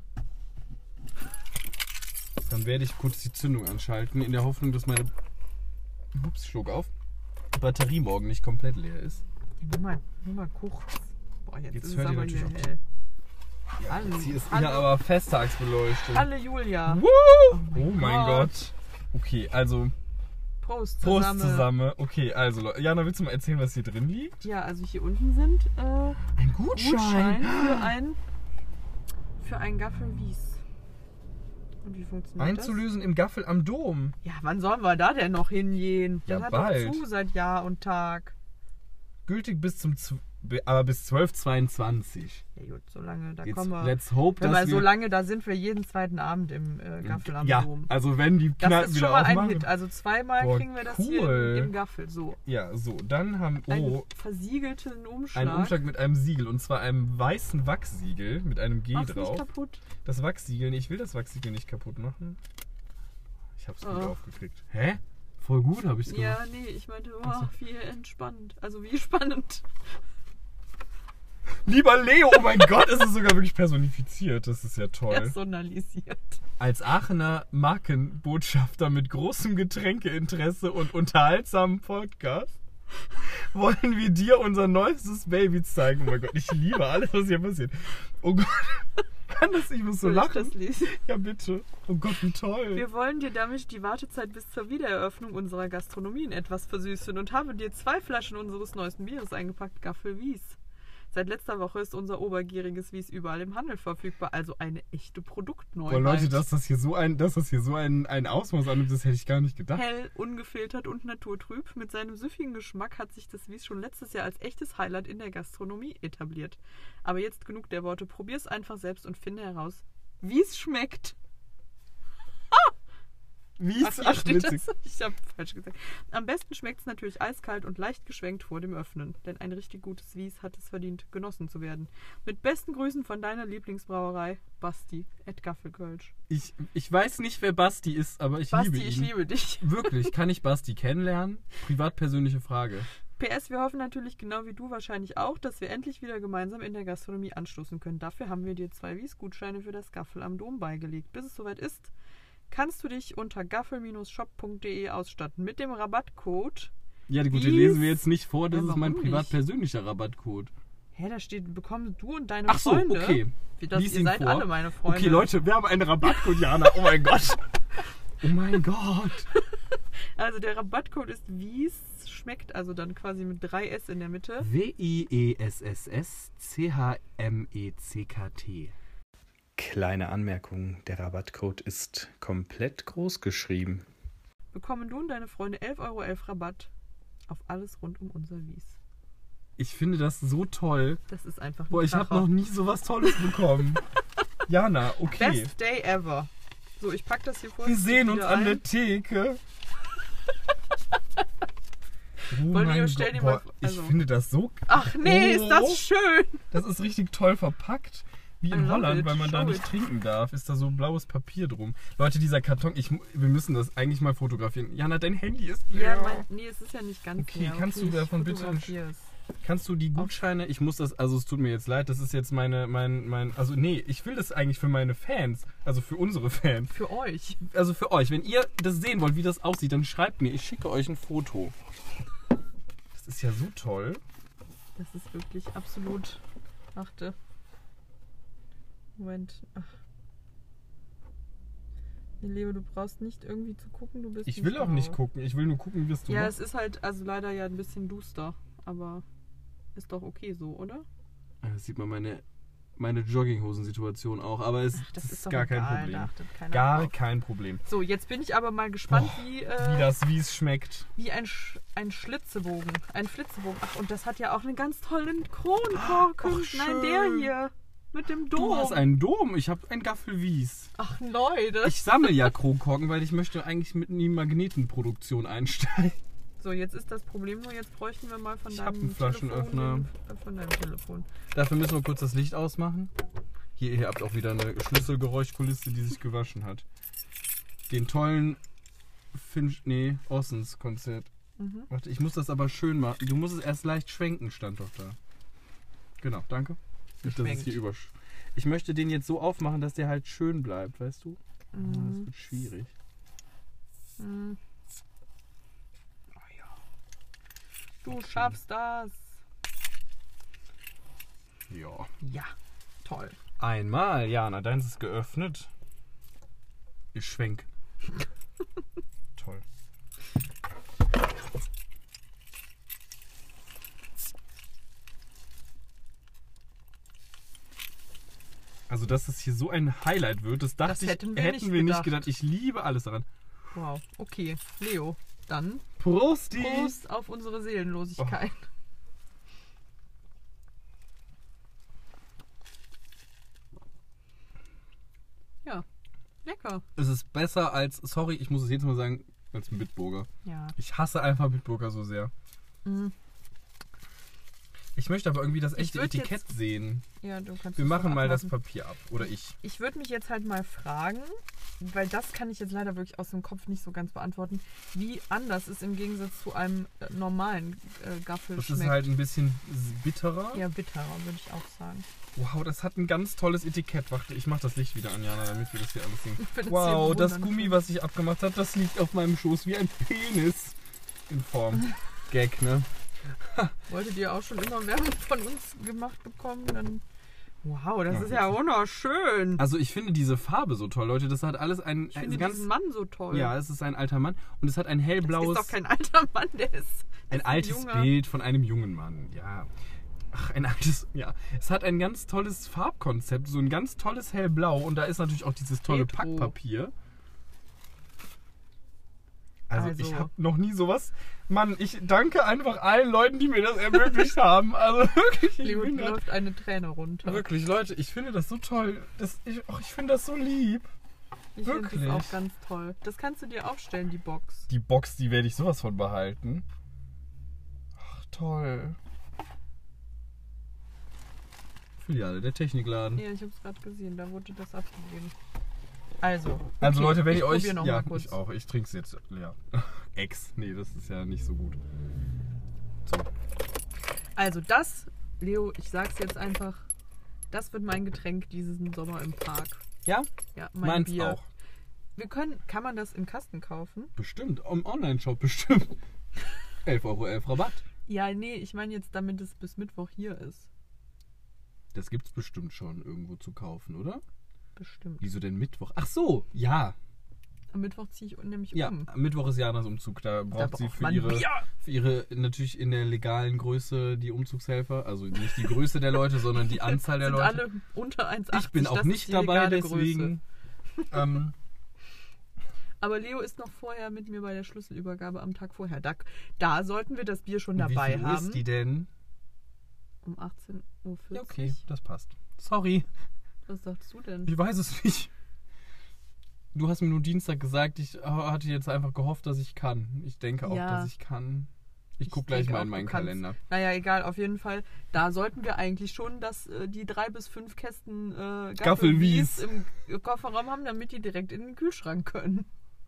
Dann werde ich kurz die Zündung anschalten, in der Hoffnung, dass meine Batterie morgen nicht komplett leer ist. Ja, nur mal kurz. Boah, jetzt ist es hört ihr aber natürlich hier auch hell. Ja, jetzt hier ist wieder aber Festtagsbeleuchtung. Hallo Julia. Oh mein Gott. Okay, also Prost zusammen. Okay, also Jana, willst du mal erzählen, was hier drin liegt? Ja, also hier unten sind ein Gutschein für ein Gaffel Wies. Und wie funktioniert das? Einzulösen im Gaffel am Dom. Ja, wann sollen wir da denn noch hingehen? Ja, das hat bald. doch zu seit Jahr und Tag. Gültig bis 12/22. Ja gut, so lange, da Jetzt kommen wir. let's hope, wenn dass wir so lange, da sind wir jeden zweiten Abend im Gaffel am Dom. Also wenn die Kneipen das ist wieder schon mal aufmachen. ein Hit. Also zweimal kriegen wir das hier im Gaffel. So. Ja, so. Dann haben einen versiegelten Umschlag. Ein Umschlag mit einem Siegel. Und zwar einem weißen Wachssiegel mit einem G Mach's drauf. nicht kaputt. Das Wachssiegel, ich will das Wachssiegel nicht kaputt machen. Ich hab's gut aufgekriegt. Hä? Voll gut habe ich's gemacht. Ja, nee, ich meinte, wie entspannt. Also wie spannend. Lieber Leo, oh mein Gott, es ist sogar wirklich personifiziert. Das ist ja toll. Personalisiert. Als Aachener Markenbotschafter mit großem Getränkeinteresse und unterhaltsamem Podcast wollen wir dir unser neuestes Baby zeigen. Oh mein Gott, ich liebe alles, was hier passiert. Oh Gott, ich muss so lachen. Das lesen? Ja, bitte. Oh Gott, wie toll. Wir wollen dir damit die Wartezeit bis zur Wiedereröffnung unserer Gastronomien etwas versüßen und haben dir 2 Flaschen unseres neuesten Bieres eingepackt, Gaffel Wies. Seit letzter Woche ist unser obergieriges Wies überall im Handel verfügbar, also eine echte Produktneuheit. Boah, Leute, dass das hier so ein Ausmaß annimmt, das hätte ich gar nicht gedacht. Hell, ungefiltert und naturtrüb. Mit seinem süffigen Geschmack hat sich das Wies schon letztes Jahr als echtes Highlight in der Gastronomie etabliert. Aber jetzt genug der Worte. Probier's einfach selbst und finde heraus, wie es schmeckt. Witzig. Ich habe falsch gesagt. Am besten schmeckt es natürlich eiskalt und leicht geschwenkt vor dem Öffnen. Denn ein richtig gutes Wies hat es verdient, genossen zu werden. Mit besten Grüßen von deiner Lieblingsbrauerei, Basti at Gaffelkölsch. Ich weiß nicht, wer Basti ist, aber ich liebe ihn. Basti, ich liebe dich. Wirklich, kann ich Basti kennenlernen? Privat persönliche Frage. PS, wir hoffen natürlich genau wie du wahrscheinlich auch, dass wir endlich wieder gemeinsam in der Gastronomie anstoßen können. Dafür haben wir dir 2 Wies-Gutscheine für das Gaffel am Dom beigelegt. Bis es soweit ist, kannst du dich unter gaffel-shop.de ausstatten mit dem Rabattcode. Ja, gut, den lesen wir jetzt nicht vor, das ist mein privat-persönlicher Rabattcode. Hä, da steht, bekommen du und deine Ach so, Freunde. okay. Ihr seid alle meine Freunde. Okay, Leute, wir haben einen Rabattcode, Jana. Oh mein Gott. Oh mein Gott. Also der Rabattcode ist Wies schmeckt, also dann quasi mit 3 S in der Mitte. WIESSSCHMECKT. Kleine Anmerkung, der Rabattcode ist komplett groß geschrieben. Bekommen du und deine Freunde 11,11 € Rabatt auf alles rund um unser Wies. Ich finde das so toll. Das ist einfach ein Boah, ich habe noch nie sowas Tolles bekommen. Jana, okay. Best day ever. So, ich pack das hier vor. Wir sehen uns an der Theke. Stell dir mal vor. Ich finde das so... Ach nee, ist das schön. Das ist richtig toll verpackt. Wie in Holland, weil man da nicht it. trinken darf, ist da so blaues Papier drum. Leute, dieser Karton, wir müssen das eigentlich mal fotografieren. Jana, dein Handy ist leer. Ja, nee, es ist ja nicht ganz leer. Okay, kannst du davon bitte... Kannst du die Gutscheine, ich muss das, also es tut mir jetzt leid, das ist jetzt also nee, ich will das eigentlich für meine Fans, also für unsere Fans. Für euch. Also für euch. Wenn ihr das sehen wollt, wie das aussieht, dann schreibt mir, ich schicke euch ein Foto. Das ist ja so toll. Das ist wirklich absolut, achte. Moment, Leo, du brauchst nicht irgendwie zu gucken, du bist Ich will auch nicht gucken, ich will nur gucken, wie es du machst. Ja, es ist halt, also leider ja ein bisschen duster, aber ist doch okay so, oder? Das sieht man meine Jogginghosensituation auch, aber es ist gar kein Problem. Gar kein Problem. So, jetzt bin ich aber mal gespannt, wie es schmeckt. Wie ein Schlitzebogen. Ein Flitzebogen. Ach, und das hat ja auch einen ganz tollen Kronkorken. Nein, der hier. Mit dem Dom. Du hast einen Dom, ich habe ein Gaffel Wies. Ach Leute. Ich sammle ja Kronkorken, weil ich möchte eigentlich mit in die Magnetenproduktion einsteigen. So, jetzt ist das Problem nur, jetzt bräuchten wir mal von deinem Flaschenöffner. Von deinem Telefon. Dafür müssen wir kurz das Licht ausmachen. Ihr habt auch wieder eine Schlüsselgeräuschkulisse, die sich gewaschen hat. Den tollen Ossens-Konzert. Warte, ich muss das aber schön machen. Du musst es erst leicht schwenken, stand doch da. Genau, danke. Nicht, dass es hier Ich möchte den jetzt so aufmachen, dass der halt schön bleibt, weißt du? Das wird schwierig. Du schaffst das. Ja. Ja, toll. Einmal, Jana, deins ist geöffnet. Ich schwenk. Toll. Also, dass es hier so ein Highlight wird, das hätten wir nicht gedacht. Ich liebe alles daran. Wow, okay. Leo, dann Prosti! Prost auf unsere Seelenlosigkeit. Oh. Ja, lecker. Es ist besser als, sorry, ich muss es jetzt mal sagen, als ein Bitburger. Ja. Ich hasse einfach Bitburger so sehr. Mhm. Ich möchte aber irgendwie das echte Etikett sehen. Ja, du kannst. Wir machen mal das Papier ab. Oder ich. Ich würde mich jetzt halt mal fragen, weil das kann ich jetzt leider wirklich aus dem Kopf nicht so ganz beantworten, wie anders es im Gegensatz zu einem normalen Gaffel schmeckt. Das ist halt ein bisschen bitterer. Ja, bitterer, würde ich auch sagen. Wow, das hat ein ganz tolles Etikett. Warte, ich mache das Licht wieder an, Jana, damit wir das hier alles sehen. Wow, das Gummi, was ich abgemacht habe, das liegt auf meinem Schoß wie ein Penis. In Form. Gag, ne? Wolltet ihr auch schon immer Werbung von uns gemacht bekommen? Dann wow, das ist ja wunderschön. Also ich finde diese Farbe so toll, Leute. Das hat alles ein... Ich finde diesen Mann so toll. Ja, es ist ein alter Mann. Und es hat ein hellblaues... Das ist doch kein alter Mann, der ist ein altes Bild von einem jungen Mann, ja. Ach, ein altes... Ja. Es hat ein ganz tolles Farbkonzept, so ein ganz tolles hellblau. Und da ist natürlich auch dieses tolle Packpapier. Also ich habe noch nie sowas... Mann, ich danke einfach allen Leuten, die mir das ermöglicht haben. Also wirklich. Leo, läuft eine Träne runter. Wirklich, Leute, ich finde das so toll. Ich finde das so lieb. Ich finde das auch ganz toll. Das kannst du dir aufstellen, die Box. Die Box, die werde ich sowas von behalten. Ach, toll. Filiale, der Technikladen. Ja, ich habe es gerade gesehen. Da wurde das abgegeben. Also okay, Leute, wenn ihr euch... Ja, ich auch. Ich trinke es jetzt leer. Nee, das ist ja nicht so gut. So. Also das, Leo, ich sag's jetzt einfach, das wird mein Getränk diesen Sommer im Park. Ja? Ja, mein Bier. Auch. Kann man das im Kasten kaufen? Bestimmt, im Online-Shop bestimmt. 11,11 € Rabatt. Ja, nee, ich meine jetzt, damit es bis Mittwoch hier ist. Das gibt's bestimmt schon irgendwo zu kaufen, oder? Bestimmt. Wieso denn Mittwoch? Ach so, ja. Am Mittwoch ziehe ich nämlich um. Ja, am Mittwoch ist Janas Umzug. Da braucht sie für ihre, natürlich in der legalen Größe die Umzugshelfer. Also nicht die Größe der Leute, sondern die Anzahl der Leute. Alle unter 1,80. Ich bin auch nicht dabei, deswegen. Aber Leo ist noch vorher mit mir bei der Schlüsselübergabe am Tag vorher. Da sollten wir das Bier schon dabei haben. Wie viel ist die denn? Um 18:40 Uhr. Ja, okay, das passt. Sorry. Was sagst du denn? Ich weiß es nicht. Du hast mir nur Dienstag gesagt, ich hatte jetzt einfach gehofft, dass ich kann. Ich denke auch, dass ich kann. Ich gucke gleich mal in meinen Kalender. Naja, egal, auf jeden Fall. Da sollten wir eigentlich schon die 3 bis 5 Kästen Gaffelwies im Kofferraum haben, damit die direkt in den Kühlschrank können.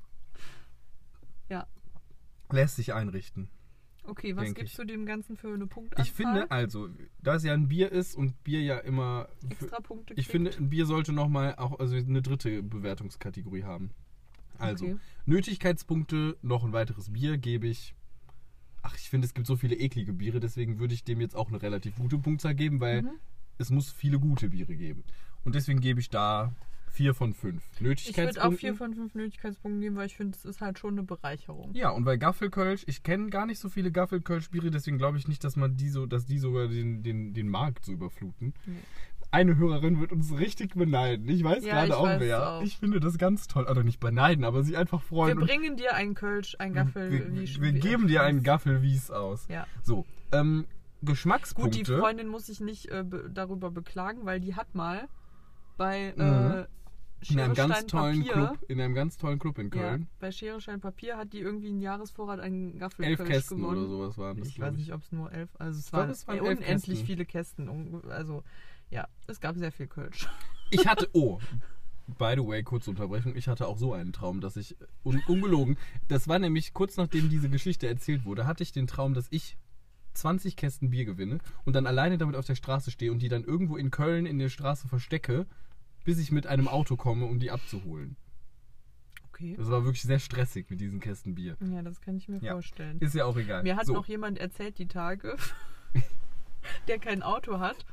Ja. Lässt sich einrichten. Okay, was gibst du dem Ganzen für eine Punktanzahl? Ich finde, also, da es ja ein Bier ist und Bier ja immer... Extra Punkte kriegt. Ich finde, ein Bier sollte nochmal auch eine dritte Bewertungskategorie haben. Also, Nötigkeitspunkte, noch ein weiteres Bier gebe ich... Ach, ich finde, es gibt so viele eklige Biere, deswegen würde ich dem jetzt auch eine relativ gute Punktzahl geben, weil es muss viele gute Biere geben. Und deswegen gebe ich da 4 von 5 Nötigkeitspunkten. Ich würde auch 4 von 5 Nötigkeitspunkten geben, weil ich finde, es ist halt schon eine Bereicherung. Ja, und bei Gaffelkölsch, ich kenne gar nicht so viele Gaffelkölsch-Biere, deswegen glaube ich nicht, dass die sogar den Markt so überfluten. Nee. Eine Hörerin wird uns richtig beneiden. Ich weiß gerade auch wer. Auch. Ich finde das ganz toll. Oder nicht beneiden, aber sie einfach freuen. Wir bringen dir einen Kölsch, ein Gaffelwies. Wir geben dir einen Gaffelwies aus. Ja. So, Geschmackspunkte. Gut, die Freundin muss sich nicht darüber beklagen, weil die hat mal bei in einem ganz tollen Club in Köln. Ja, bei Schere, Stein, Papier hat die irgendwie einen Jahresvorrat an Gaffelkölsch 11 Kästen gewonnen. oder sowas waren das, ich weiß nicht, ob es nur 11, also es waren 11 unendlich Kästen. viele Kästen. Also ja, es gab sehr viel Kölsch. Ich hatte, by the way, kurze Unterbrechung, ich hatte auch so einen Traum, dass ich, ungelogen, das war nämlich kurz nachdem diese Geschichte erzählt wurde, hatte ich den Traum, dass ich 20 Kästen Bier gewinne und dann alleine damit auf der Straße stehe und die dann irgendwo in Köln in der Straße verstecke, bis ich mit einem Auto komme, um die abzuholen. Okay. Das war wirklich sehr stressig mit diesen Kästen Bier. Ja, das kann ich mir vorstellen. Ist ja auch egal. Mir hat noch jemand erzählt die Tage, der kein Auto hat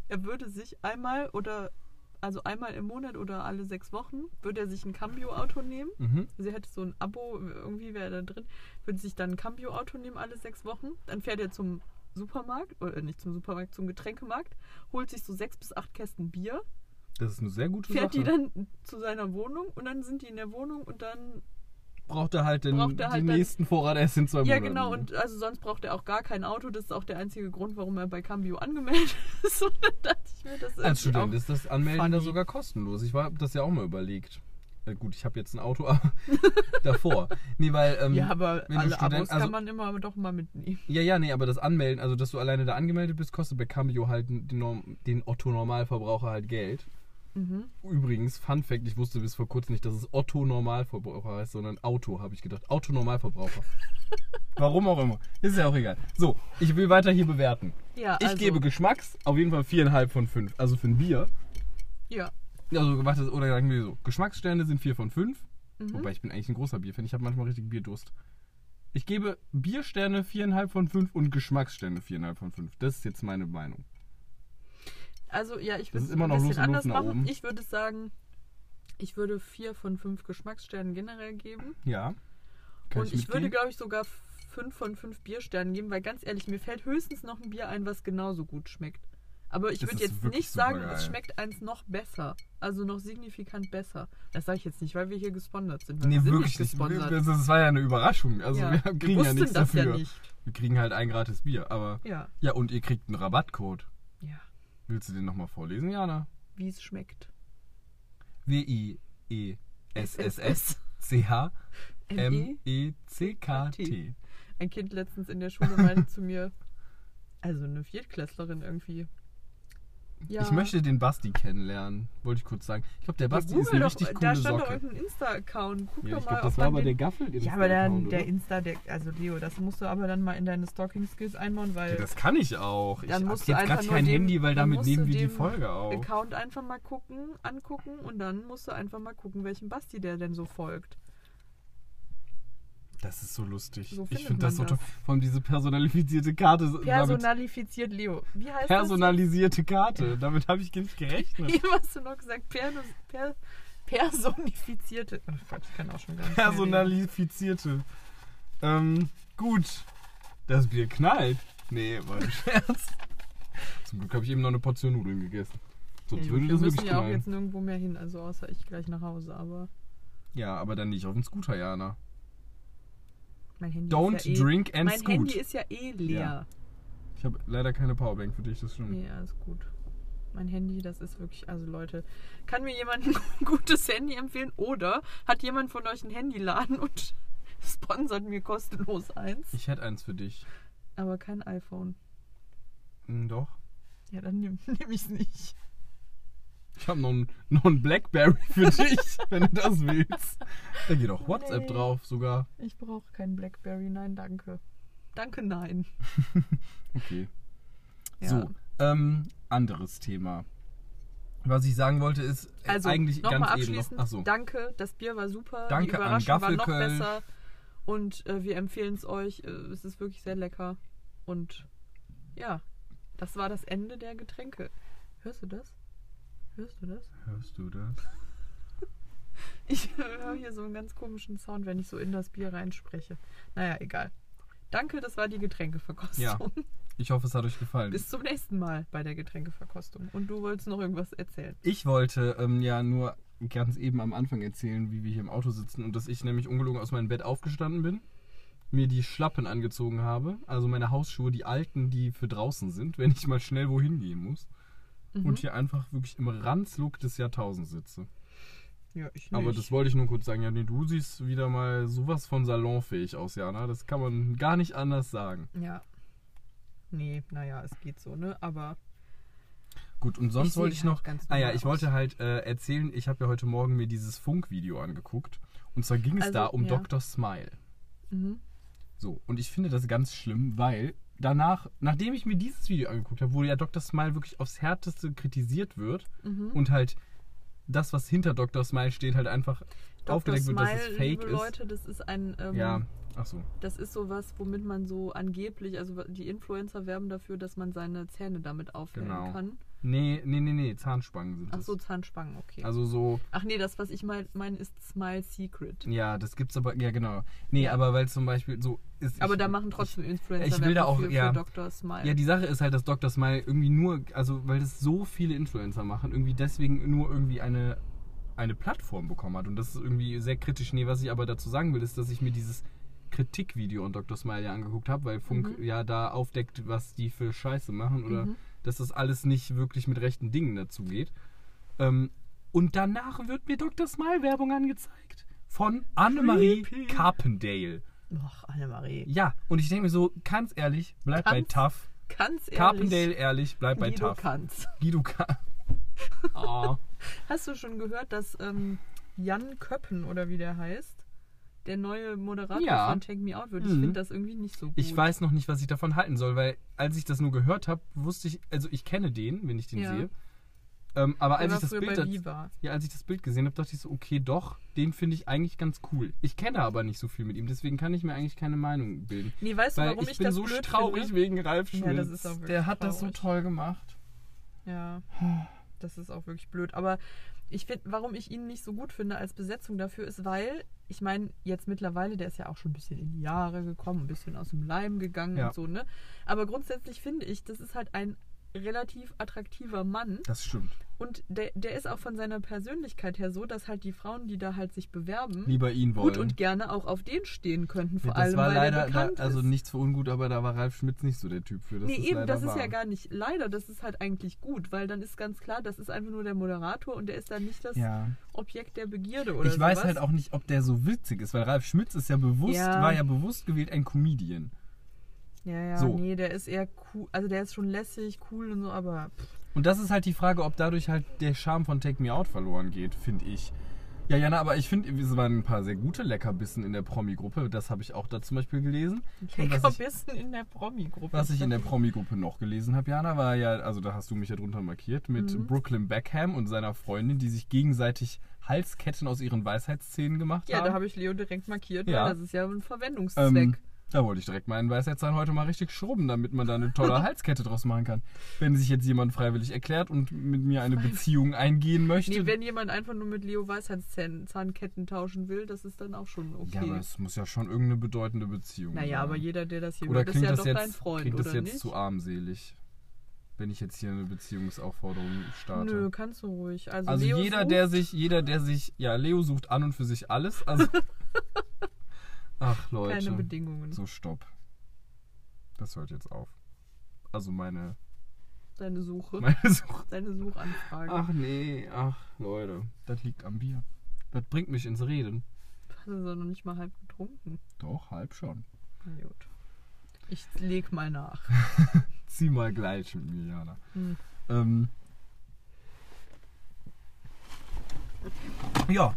er würde sich einmal im Monat oder alle 6 Wochen, würde er sich ein Cambio-Auto nehmen. Also er hätte so ein Abo, irgendwie wäre er da drin, würde sich dann ein Cambio-Auto nehmen alle 6 Wochen. Dann fährt er zum Supermarkt, oder nicht zum Supermarkt, zum Getränkemarkt, holt sich so 6 bis 8 Kästen Bier. Das ist eine sehr gute Sache. Fährt die dann zu seiner Wohnung und dann sind die in der Wohnung und dann braucht er halt den nächsten Vorrat erst in 2 Monaten. Ja, genau, und also sonst braucht er auch gar kein Auto. Das ist auch der einzige Grund, warum er bei Cambio angemeldet ist. Und dann dachte ich mir, das als Student ist das Anmelden da sogar kostenlos. Ich habe das ja auch mal überlegt. Gut, ich habe jetzt ein Auto, aber davor. Nee, weil, ja, aber alle Abos kann man immer doch mal mitnehmen. Ja, nee, aber das Anmelden, also dass du alleine da angemeldet bist, kostet bei Cambio halt den Otto-Normalverbraucher halt Geld. Übrigens, Fun Fact, ich wusste bis vor kurzem nicht, dass es Otto-Normalverbraucher heißt, sondern Auto, habe ich gedacht. Auto-Normalverbraucher. Warum auch immer. Ist ja auch egal. So, ich will weiter hier bewerten. Ja, ich gebe Geschmacks auf jeden Fall 4,5 von 5. Also für ein Bier. Ja. Also, warte, oder sagen wir so, Geschmackssterne sind 4 von 5. Wobei, ich bin eigentlich ein großer Bierfan. Ich habe manchmal richtig Bierdurst. Ich gebe Biersterne 4,5 von 5 und Geschmackssterne 4,5 von 5. Das ist jetzt meine Meinung. Also ja, ich würde es ein bisschen anders machen. Ich würde sagen, ich würde 4 von 5 Geschmackssternen generell geben. Ja. Und ich würde, glaube ich, sogar 5 von 5 Biersternen geben, weil ganz ehrlich, mir fällt höchstens noch ein Bier ein, was genauso gut schmeckt. Aber ich würde jetzt nicht sagen, es schmeckt eins noch besser. Also noch signifikant besser. Das sage ich jetzt nicht, weil wir hier gesponsert sind. Weil nee, wir sind wirklich nicht gesponsert. Das war ja eine Überraschung. Also ja, wir kriegen ja nichts dafür. Ja nicht. Wir kriegen halt ein gratis Bier. Aber ja, und ihr kriegt einen Rabattcode. Ja. Willst du den nochmal vorlesen, Jana? Wie es schmeckt. WIESSCHMECKT. Ein Kind letztens in der Schule meinte zu mir, also eine Viertklässlerin irgendwie. Ja. Ich möchte den Basti kennenlernen, wollte ich kurz sagen. Ich glaube, der Basti ist eine richtig coole Socke. Da stand doch irgendein Insta-Account. Guck doch mal, glaub, das war aber der Gaffel. Ja, aber der Insta, also Leo, das musst du aber dann mal in deine Stalking-Skills einbauen, weil... Ja, das kann ich auch. Ich habe jetzt gerade kein Handy, weil damit nehmen wir die Folge auf. Account einfach mal angucken und dann musst du einfach mal gucken, welchem Basti der denn so folgt. Das ist so lustig. So ich finde das so toll. Vor allem diese personalisizierte Karte. Personalifiziert, Leo. Wie heißt personalisierte Karte. Damit habe ich nicht gerechnet. Eben hast du noch gesagt, personifizierte. Oh Gott, ich kann auch schon gar nicht personalifizierte. Gut. Das Bier knallt. Nee, war ein Scherz. Zum Glück habe ich eben noch eine Portion Nudeln gegessen. Sonst würde das wirklich knallen. Wir müssen ja auch jetzt nirgendwo mehr hin, also außer ich gleich nach Hause, aber... Ja, aber dann nicht auf den Scooter, Jana. Mein Handy Don't ist ja drink and scoot. Mein Handy ist ja leer. Ja. Ich habe leider keine Powerbank für dich, das stimmt. Nee, alles gut. Mein Handy, das ist wirklich, also Leute, kann mir jemand ein gutes Handy empfehlen oder hat jemand von euch einen Handyladen und sponsert mir kostenlos eins? Ich hätte eins für dich. Aber kein iPhone. Doch. Ja, dann nehm ich es nicht. Ich habe noch ein Blackberry für dich, wenn du das willst. Da geht auch WhatsApp drauf sogar. Ich brauche keinen Blackberry, nein, danke. Danke, nein. Okay. Ja. So, anderes Thema. Was ich sagen wollte ist, also, eigentlich noch ganz mal eben noch... Achso. Danke, das Bier war super. Danke die Überraschung an war noch besser. Und wir empfehlen es euch. Es ist wirklich sehr lecker. Und ja, das war das Ende der Getränke. Hörst du das? Hörst du das? Hörst du das? Ich höre hier so einen ganz komischen Sound, wenn ich so in das Bier reinspreche. Naja, egal. Danke, das war die Getränkeverkostung. Ja, ich hoffe, es hat euch gefallen. Bis zum nächsten Mal bei der Getränkeverkostung. Und du wolltest noch irgendwas erzählen? Ich wollte ja nur ganz eben am Anfang erzählen, wie wir hier im Auto sitzen und dass ich nämlich ungelogen aus meinem Bett aufgestanden bin, mir die Schlappen angezogen habe, also meine Hausschuhe, die alten, die für draußen sind, wenn ich mal schnell wohin gehen muss. Und hier einfach wirklich im Ranzlook des Jahrtausends sitze. Ja, ich nicht. Aber das wollte ich nur kurz sagen. Ja, nee, du siehst wieder mal sowas von salonfähig aus, Jana. Das kann man gar nicht anders sagen. Ja. Nee, naja, es geht so, ne? Aber... Gut, und sonst wollte ich noch... ich wollte halt erzählen, ich habe ja heute Morgen mir dieses Funkvideo angeguckt. Und zwar ging es da um Dr. Smile. So, und ich finde das ganz schlimm, weil... nachdem ich mir dieses Video angeguckt habe, wo ja Dr. Smile wirklich aufs Härteste kritisiert wird und halt das, was hinter Dr. Smile steht, halt einfach aufgedeckt wird, dass es fake ist. Leute, das ist ein... Das ist sowas, womit man so angeblich, also die Influencer werben dafür, dass man seine Zähne damit aufhellen kann. Nee, Zahnspangen sind das. Ach so, Zahnspangen, okay. Also so... Ach nee, das, was ich meine, ist Smile Secret. Ja, das gibt's aber... Ja, genau. Nee, aber weil zum Beispiel so ist... Aber da machen trotzdem Influencer ich will da auch, für Dr. Smile. Ja, die Sache ist halt, dass Dr. Smile irgendwie nur... Also, weil das so viele Influencer machen, irgendwie deswegen nur irgendwie eine Plattform bekommen hat. Und das ist irgendwie sehr kritisch. Nee, was ich aber dazu sagen will, ist, dass ich mir dieses Kritikvideo an Dr. Smile ja angeguckt habe, weil Funk ja da aufdeckt, was die für Scheiße machen oder dass das alles nicht wirklich mit rechten Dingen dazu geht. Und danach wird mir Dr. Smile Werbung angezeigt von Annemarie Carpendale. Ach, Annemarie. Ja, und ich denke mir so, ganz ehrlich, bleib bei Tough. Ganz ehrlich. Carpendale, ehrlich, bleib bei Tough. Guido Kanz. Oh. Hast du schon gehört, dass Jan Köppen, oder wie der heißt, der neue Moderator von Take Me Out wird? Ich finde das irgendwie nicht so gut. Ich weiß noch nicht, was ich davon halten soll, weil als ich das nur gehört habe, wusste ich, also ich kenne den, wenn ich den sehe. Aber als ich das Bild gesehen habe, dachte ich so, okay, doch, den finde ich eigentlich ganz cool. Ich kenne aber nicht so viel mit ihm, deswegen kann ich mir eigentlich keine Meinung bilden. Nee, weißt du, warum ich das blöd finde? Ich bin so traurig wegen Ralf Schmitz. Ja, das ist auch der hat das so toll gemacht. Ja, das ist auch wirklich blöd. Aber ich finde, warum ich ihn nicht so gut finde als Besetzung dafür ist, weil, ich meine, jetzt mittlerweile, der ist ja auch schon ein bisschen in die Jahre gekommen, ein bisschen aus dem Leim gegangen und so, ne? Aber grundsätzlich finde ich, das ist halt ein relativ attraktiver Mann. Das stimmt. Und der ist auch von seiner Persönlichkeit her so, dass halt die Frauen, die da halt sich bewerben, lieber ihn wollen. Gut und gerne auch auf den stehen könnten, vor allem, war weil leider, der bekannt also ist. nichts für ungut, aber da war Ralf Schmitz nicht so der Typ für. Das nee, ist eben, das ist wahr. ja gar nicht leider, das ist halt eigentlich gut, weil dann ist ganz klar, das ist einfach nur der Moderator und der ist dann nicht das Objekt der Begierde oder ich weiß halt auch nicht, ob der so witzig ist, weil Ralf Schmitz ist war ja bewusst gewählt ein Comedian. Ja, so. Nee, der ist eher cool, also der ist schon lässig, cool und so, aber... Und das ist halt die Frage, ob dadurch halt der Charme von Take Me Out verloren geht, finde ich. Ja, Jana, aber ich finde, es waren ein paar sehr gute Leckerbissen in der Promi-Gruppe. Das habe ich auch da zum Beispiel gelesen. Leckerbissen in der Promi-Gruppe? Was ich in der Promi-Gruppe noch gelesen habe, Jana, war ja, also da hast du mich ja drunter markiert, mit Brooklyn Beckham und seiner Freundin, die sich gegenseitig Halsketten aus ihren Weisheitszähnen gemacht haben. Ja, da habe ich Leo direkt markiert, weil das ist ja ein Verwendungszweck. Da wollte ich direkt meinen Weisheitszahn heute mal richtig schrubben, damit man da eine tolle Halskette draus machen kann. Wenn sich jetzt jemand freiwillig erklärt und mit mir eine Beziehung eingehen möchte. Nee, wenn jemand einfach nur mit Leo Weisheitszahnketten tauschen will, das ist dann auch schon okay. Ja, aber es muss ja schon irgendeine bedeutende Beziehung sein. Naja, aber jeder, der das hier will, ist ja doch dein Freund, klingt oder das jetzt nicht? zu armselig, wenn ich jetzt hier eine Beziehungsaufforderung starte? Nö, kannst du ruhig. Also Leo jeder, der sich, ja, Leo sucht an und für sich alles. Also ach, Leute. Keine Bedingungen. So, stopp. Das hört jetzt auf. Also Deine Suche. Deine Suchanfrage. Ach nee, Leute. Das liegt am Bier. Das bringt mich ins Reden. Hast du doch noch nicht mal halb getrunken? Doch, halb schon. Na gut. Ich leg mal nach. Zieh mal gleich mit mir, Jana. Ja.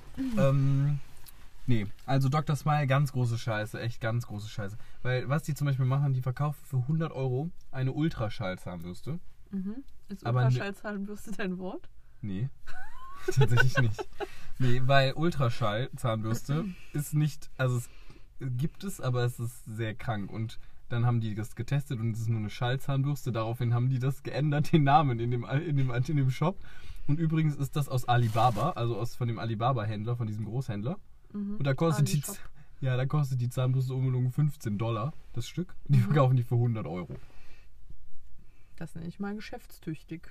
Nee, also Dr. Smile, ganz große Scheiße, echt ganz große Scheiße. Weil was die zum Beispiel machen, die verkaufen für 100 € eine Ultraschallzahnbürste. Ist Ultraschallzahnbürste dein Wort? Nee, tatsächlich nicht. Nee, weil Ultraschallzahnbürste ist nicht, also es gibt es, aber es ist sehr krank. Und dann haben die das getestet und es ist nur eine Schallzahnbürste. Daraufhin haben die das geändert, den Namen in dem Shop. Und übrigens ist das aus Alibaba, also von dem Alibaba-Händler, von diesem Großhändler. Und da kostet die Zahnbürste ungelogen $15 das Stück. Und die verkaufen die für 100 €. Das nenne ich mal geschäftstüchtig.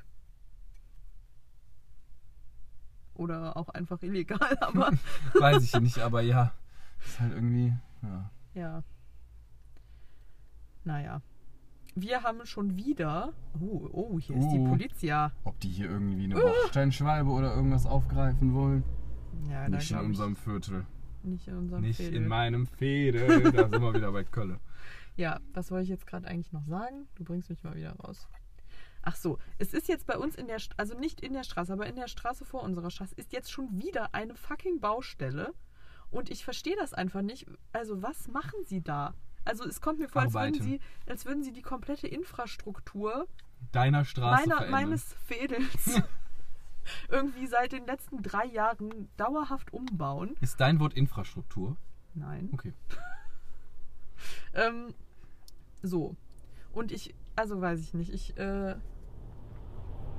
Oder auch einfach illegal, aber... Weiß ich nicht, aber ja. Ist halt irgendwie... Ja. Naja. Wir haben schon wieder... Oh, hier ist die Polizia. Ob die hier irgendwie eine Bachsteinschwalbe oder irgendwas aufgreifen wollen? Ja, nicht in unserem Viertel. Nicht in unserem Nicht Viertel. in meinem Viertel. Da sind wir wieder bei Kölle. Ja, was wollte ich jetzt gerade eigentlich noch sagen? Du bringst mich mal wieder raus. Ach so, es ist jetzt bei uns also nicht in der Straße, aber in der Straße vor unserer Straße ist jetzt schon wieder eine fucking Baustelle. Und ich verstehe das einfach nicht. Also was machen sie da? Also es kommt mir vor, als würden sie die komplette Infrastruktur deiner Straße meines Fädels irgendwie seit den letzten 3 Jahren dauerhaft umbauen. Ist dein Wort Infrastruktur? Nein. Okay. So. Und weiß ich nicht,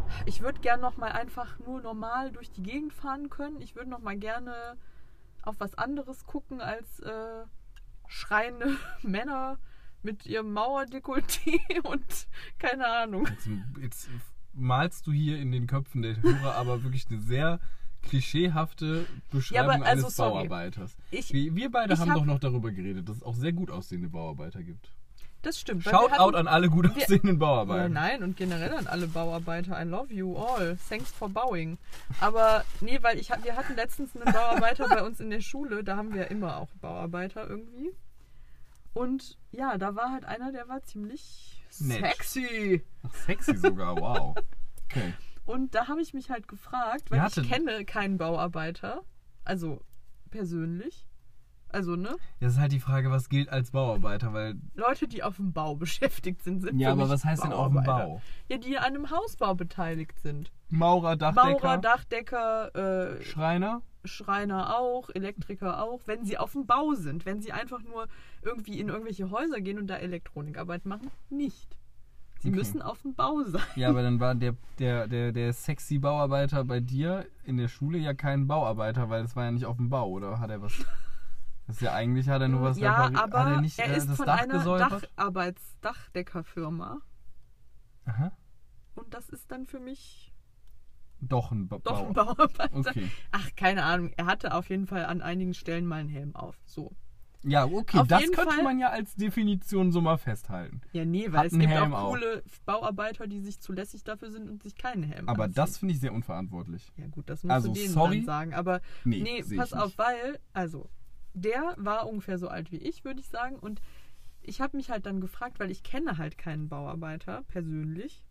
Ich würde gerne nochmal einfach nur normal durch die Gegend fahren können. Ich würde nochmal gerne auf was anderes gucken als schreiende Männer mit ihrem Mauerdekolleté und keine Ahnung. Jetzt malst du hier in den Köpfen der Hörer aber wirklich eine sehr klischeehafte Beschreibung eines Bauarbeiters. Wir beide haben doch noch darüber geredet, dass es auch sehr gut aussehende Bauarbeiter gibt. Das stimmt. Shoutout an alle gut aussehenden Bauarbeiter. Ja, nein, und generell an alle Bauarbeiter. I love you all. Thanks for bowing. Aber nee, weil wir hatten letztens einen Bauarbeiter bei uns in der Schule. Da haben wir immer auch Bauarbeiter irgendwie. Und ja, da war halt einer, der war ziemlich sexy. Ach, sexy sogar, wow. Okay. Und da habe ich mich halt gefragt, weil ich kenne keinen Bauarbeiter, also persönlich. Also, ne? Das ist halt die Frage, was gilt als Bauarbeiter, weil... Leute, die auf dem Bau beschäftigt sind ja, aber was heißt denn auf dem Bau? Ja, die an einem Hausbau beteiligt sind. Maurer, Dachdecker, Schreiner? Schreiner auch, Elektriker auch, wenn sie auf dem Bau sind. Wenn sie einfach nur irgendwie in irgendwelche Häuser gehen und da Elektronikarbeit machen, nicht. Sie müssen auf dem Bau sein. Ja, aber dann war der sexy Bauarbeiter bei dir in der Schule ja kein Bauarbeiter, weil das war ja nicht auf dem Bau, oder hat er was... Das ist ja eigentlich, hat er nur was repariert. Ja, aber hat er nicht, er ist das von Dach einer Dachdeckerfirma. Aha. Und das ist dann für mich... Doch ein Bauarbeiter. Okay. Ach, keine Ahnung. Er hatte auf jeden Fall an einigen Stellen mal einen Helm auf. So. Ja, okay. Das könnte man ja als Definition so mal festhalten. Ja, nee, weil es gibt auch coole Bauarbeiter, die sich zu lässig dafür sind und sich keinen Helm aber anziehen. Das finde ich sehr unverantwortlich. Ja gut, das musst du denen dann sagen. Aber nee pass auf, weil... Also, der war ungefähr so alt wie ich, würde ich sagen. Und ich habe mich halt dann gefragt, weil ich kenne halt keinen Bauarbeiter persönlich.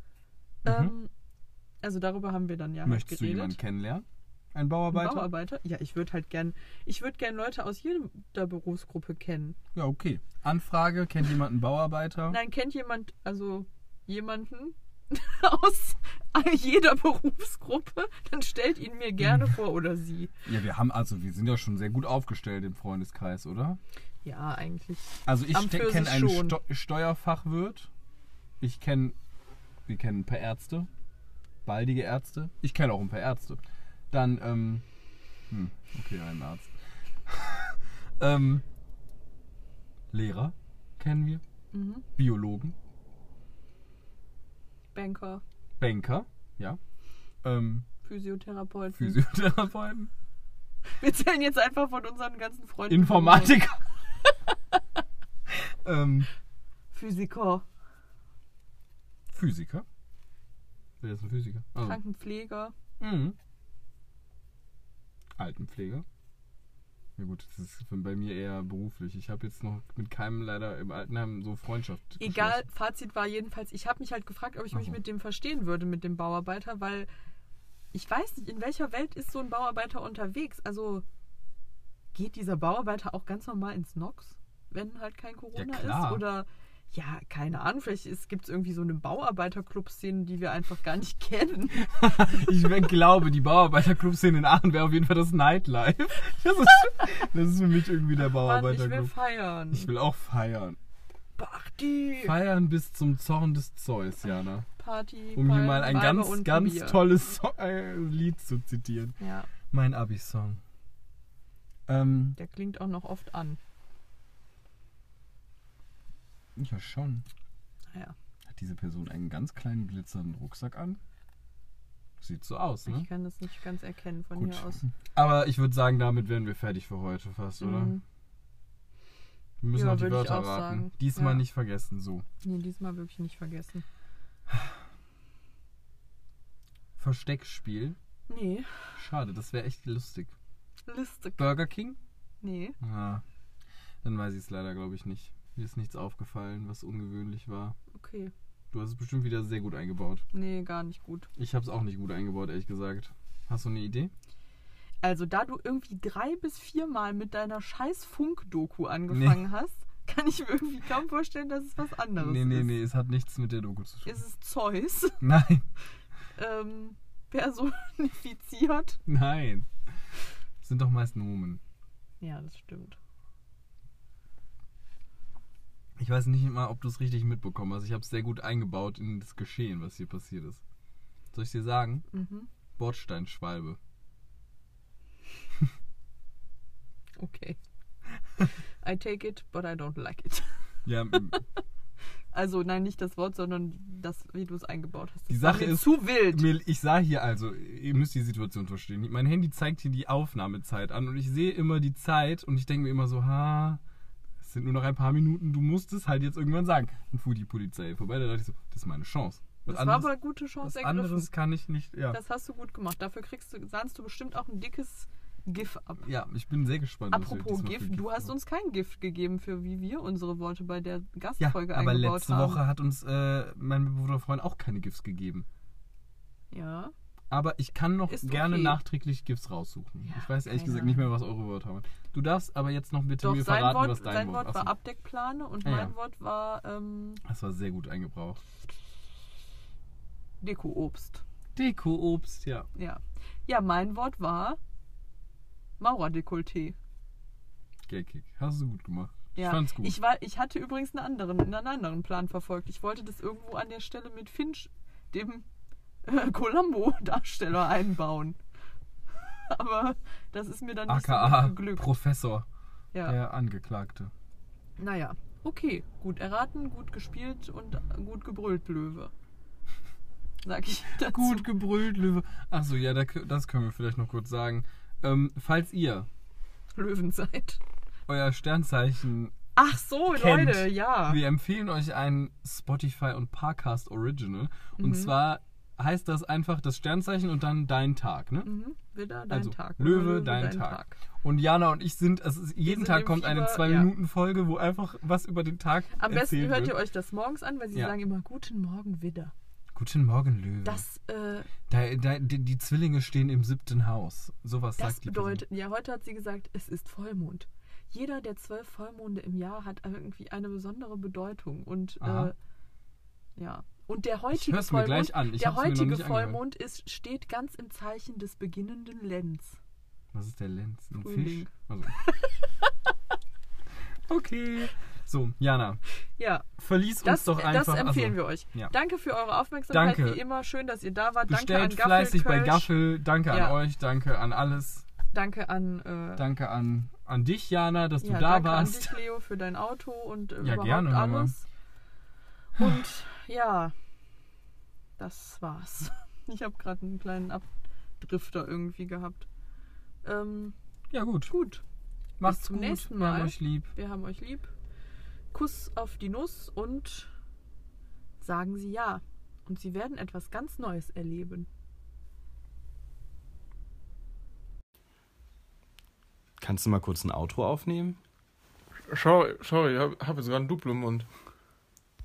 Also darüber haben wir dann ja Möchtest geredet. Du jemanden kennenlernen? Ein Bauarbeiter? Ein Bauarbeiter? Ja, ich würde halt gern Leute aus jeder Berufsgruppe kennen. Ja, okay. Anfrage, kennt jemand einen Bauarbeiter? Nein, kennt jemand, also jemanden aus jeder Berufsgruppe, dann stellt ihn mir gerne vor oder sie. Ja, wir sind ja schon sehr gut aufgestellt im Freundeskreis, oder? Ja, eigentlich. Also ich kenne einen Steuerfachwirt. Wir kennen ein paar Ärzte. Baldige Ärzte. Ich kenne auch ein paar Ärzte. Dann, okay, einen Arzt. Lehrer kennen wir. Mhm. Biologen. Banker, ja. Physiotherapeuten. Wir zählen jetzt einfach von unseren ganzen Freunden. Informatiker. Physiker. Wer ist ein Physiker? Also. Krankenpfleger. Mhm. Altenpfleger. Ja gut, das ist bei mir eher beruflich. Ich habe jetzt noch mit keinem leider im Altenheim so Freundschaft Egal, Fazit war jedenfalls, ich habe mich halt gefragt, ob ich mich mit dem verstehen würde, mit dem Bauarbeiter, weil ich weiß nicht, in welcher Welt ist so ein Bauarbeiter unterwegs? Also geht dieser Bauarbeiter auch ganz normal ins Nox, wenn halt kein Corona ist? Oder ja, keine Ahnung, vielleicht gibt es irgendwie so eine Bauarbeiterclub-Szene, die wir einfach gar nicht kennen. Ich glaube, die Bauarbeiterclub-Szene in Aachen wäre auf jeden Fall das Nightlife. Das ist für mich irgendwie der Bauarbeiterclub. Ich will feiern. Ich will auch feiern. Party. Feiern bis zum Zorn des Zeus, Jana. Party. Um hier mal ein ganz tolles Lied zu zitieren. Ja. Mein Abi-Song. Der klingt auch noch oft an. Ja, schon. Ja. Hat diese Person einen ganz kleinen glitzernden Rucksack an? Sieht so aus, ne? Ich kann das nicht ganz erkennen von hier aus. Aber ich würde sagen, damit wären wir fertig für heute fast, oder? Wir müssen noch die Wörter raten. Sagen. Diesmal nicht vergessen, so. Nee, diesmal wirklich nicht vergessen. Versteckspiel? Nee. Schade, das wäre echt lustig. Lustig. Burger King? Nee. Ah, dann weiß ich es leider, glaube ich, nicht. Mir ist nichts aufgefallen, was ungewöhnlich war. Okay. Du hast es bestimmt wieder sehr gut eingebaut. Nee, gar nicht gut. Ich habe es auch nicht gut eingebaut, ehrlich gesagt. Hast du eine Idee? Also, da du irgendwie 3 bis 4 Mal mit deiner scheiß Funk-Doku angefangen hast, kann ich mir irgendwie kaum vorstellen, dass es was anderes ist. Nee, es hat nichts mit der Doku zu tun. Ist es Zeus? Nein. Personifiziert? Nein. Das sind doch meist Nomen. Ja, das stimmt. Ich weiß nicht mal, ob du es richtig mitbekommen hast. Ich habe es sehr gut eingebaut in das Geschehen, was hier passiert ist. Soll ich dir sagen? Mhm. Bordsteinschwalbe. Okay. I take it, but I don't like it. Ja. Also nein, nicht das Wort, sondern das, wie du es eingebaut hast. Das die Sache ist zu wild. Ich sah hier also, ihr müsst die Situation verstehen. Mein Handy zeigt hier die Aufnahmezeit an und ich sehe immer die Zeit und ich denke mir immer so, es sind nur noch ein paar Minuten, du musst es halt jetzt irgendwann sagen. Dann fuhr die Polizei vorbei, da dachte ich so, das ist meine Chance. Das war aber eine gute Chance. Was anderes kann ich nicht, ja. Das hast du gut gemacht. Dafür sahnst du bestimmt auch ein dickes GIF ab. Ja, ich bin sehr gespannt. Apropos GIF, du hast uns kein GIF gegeben, für wie wir unsere Worte bei der Gastfolge aber eingebaut letzte haben. Woche hat uns mein Bruder Freund auch keine GIFs gegeben. Ja. Aber ich kann noch gerne nachträglich GIFs raussuchen. Ja, ich weiß ehrlich gesagt nicht mehr, was eure Wörter waren. Du darfst aber jetzt noch bitte mir verraten, was dein Wort war. Sein Wort war Abdeckplane und mein Wort war... das war sehr gut eingebraucht. Deko-Obst. Deko-Obst, ja. Ja, mein Wort war Maurerdekolleté. Geckig. Hast du gut gemacht. Ja. Ich fand's gut. Ich hatte übrigens einen anderen Plan verfolgt. Ich wollte das irgendwo an der Stelle mit Finch, dem Columbo-Darsteller, einbauen. Aber das ist mir dann nicht AKA so gut geglückt. Professor, der Angeklagte. Naja, okay. Gut erraten, gut gespielt und gut gebrüllt, Löwe. Sag ich dazu. Gut gebrüllt, Löwe. Achso, ja, das können wir vielleicht noch kurz sagen. Falls ihr Löwen seid, euer Sternzeichen ach so, kennt, Leute, ja. Wir empfehlen euch ein Spotify und Parcast Original. Und zwar heißt das einfach das Sternzeichen und dann dein Tag, ne? Wieder dein Tag. Löwe, dein Tag. Und Jana und ich sind, jeden Tag kommt eine 2-Minuten-Folge, wo einfach was über den Tag am besten hört ihr euch das morgens an, weil sie sagen immer, guten Morgen, Widder. Guten Morgen, Löwe. Das, die Zwillinge stehen im 7. Haus. Sowas sagt die Person. Das bedeutet, ja, heute hat sie gesagt, es ist Vollmond. Jeder der 12 Vollmonde im Jahr hat irgendwie eine besondere Bedeutung. Und ja. Und der heutige Vollmond, mir gleich an. Der heutige Vollmond steht ganz im Zeichen des beginnenden Lenz. Was ist der Lenz? Ein Frühling. Fisch? Also. Okay. So, Jana. Ja. Verlies uns doch einfach. Das empfehlen wir euch. Ja. Danke für eure Aufmerksamkeit. Danke. Wie immer, schön, dass ihr da wart. Bestellt danke an Gaffel fleißig Kölsch. Bei Gaffel. Danke an euch. Danke an alles. Danke an dich, Jana, dass du da warst. Danke an dich, Leo, für dein Auto und überhaupt gerne, alles. Und ja, das war's. Ich habe gerade einen kleinen Abdrifter irgendwie gehabt. Ja, gut. Macht's zum gut. Nächsten Mal. Wir haben euch lieb. Kuss auf die Nuss und sagen Sie ja. Und Sie werden etwas ganz Neues erleben. Kannst du mal kurz ein Outro aufnehmen? Sorry, ich habe sogar ein Double im Mund.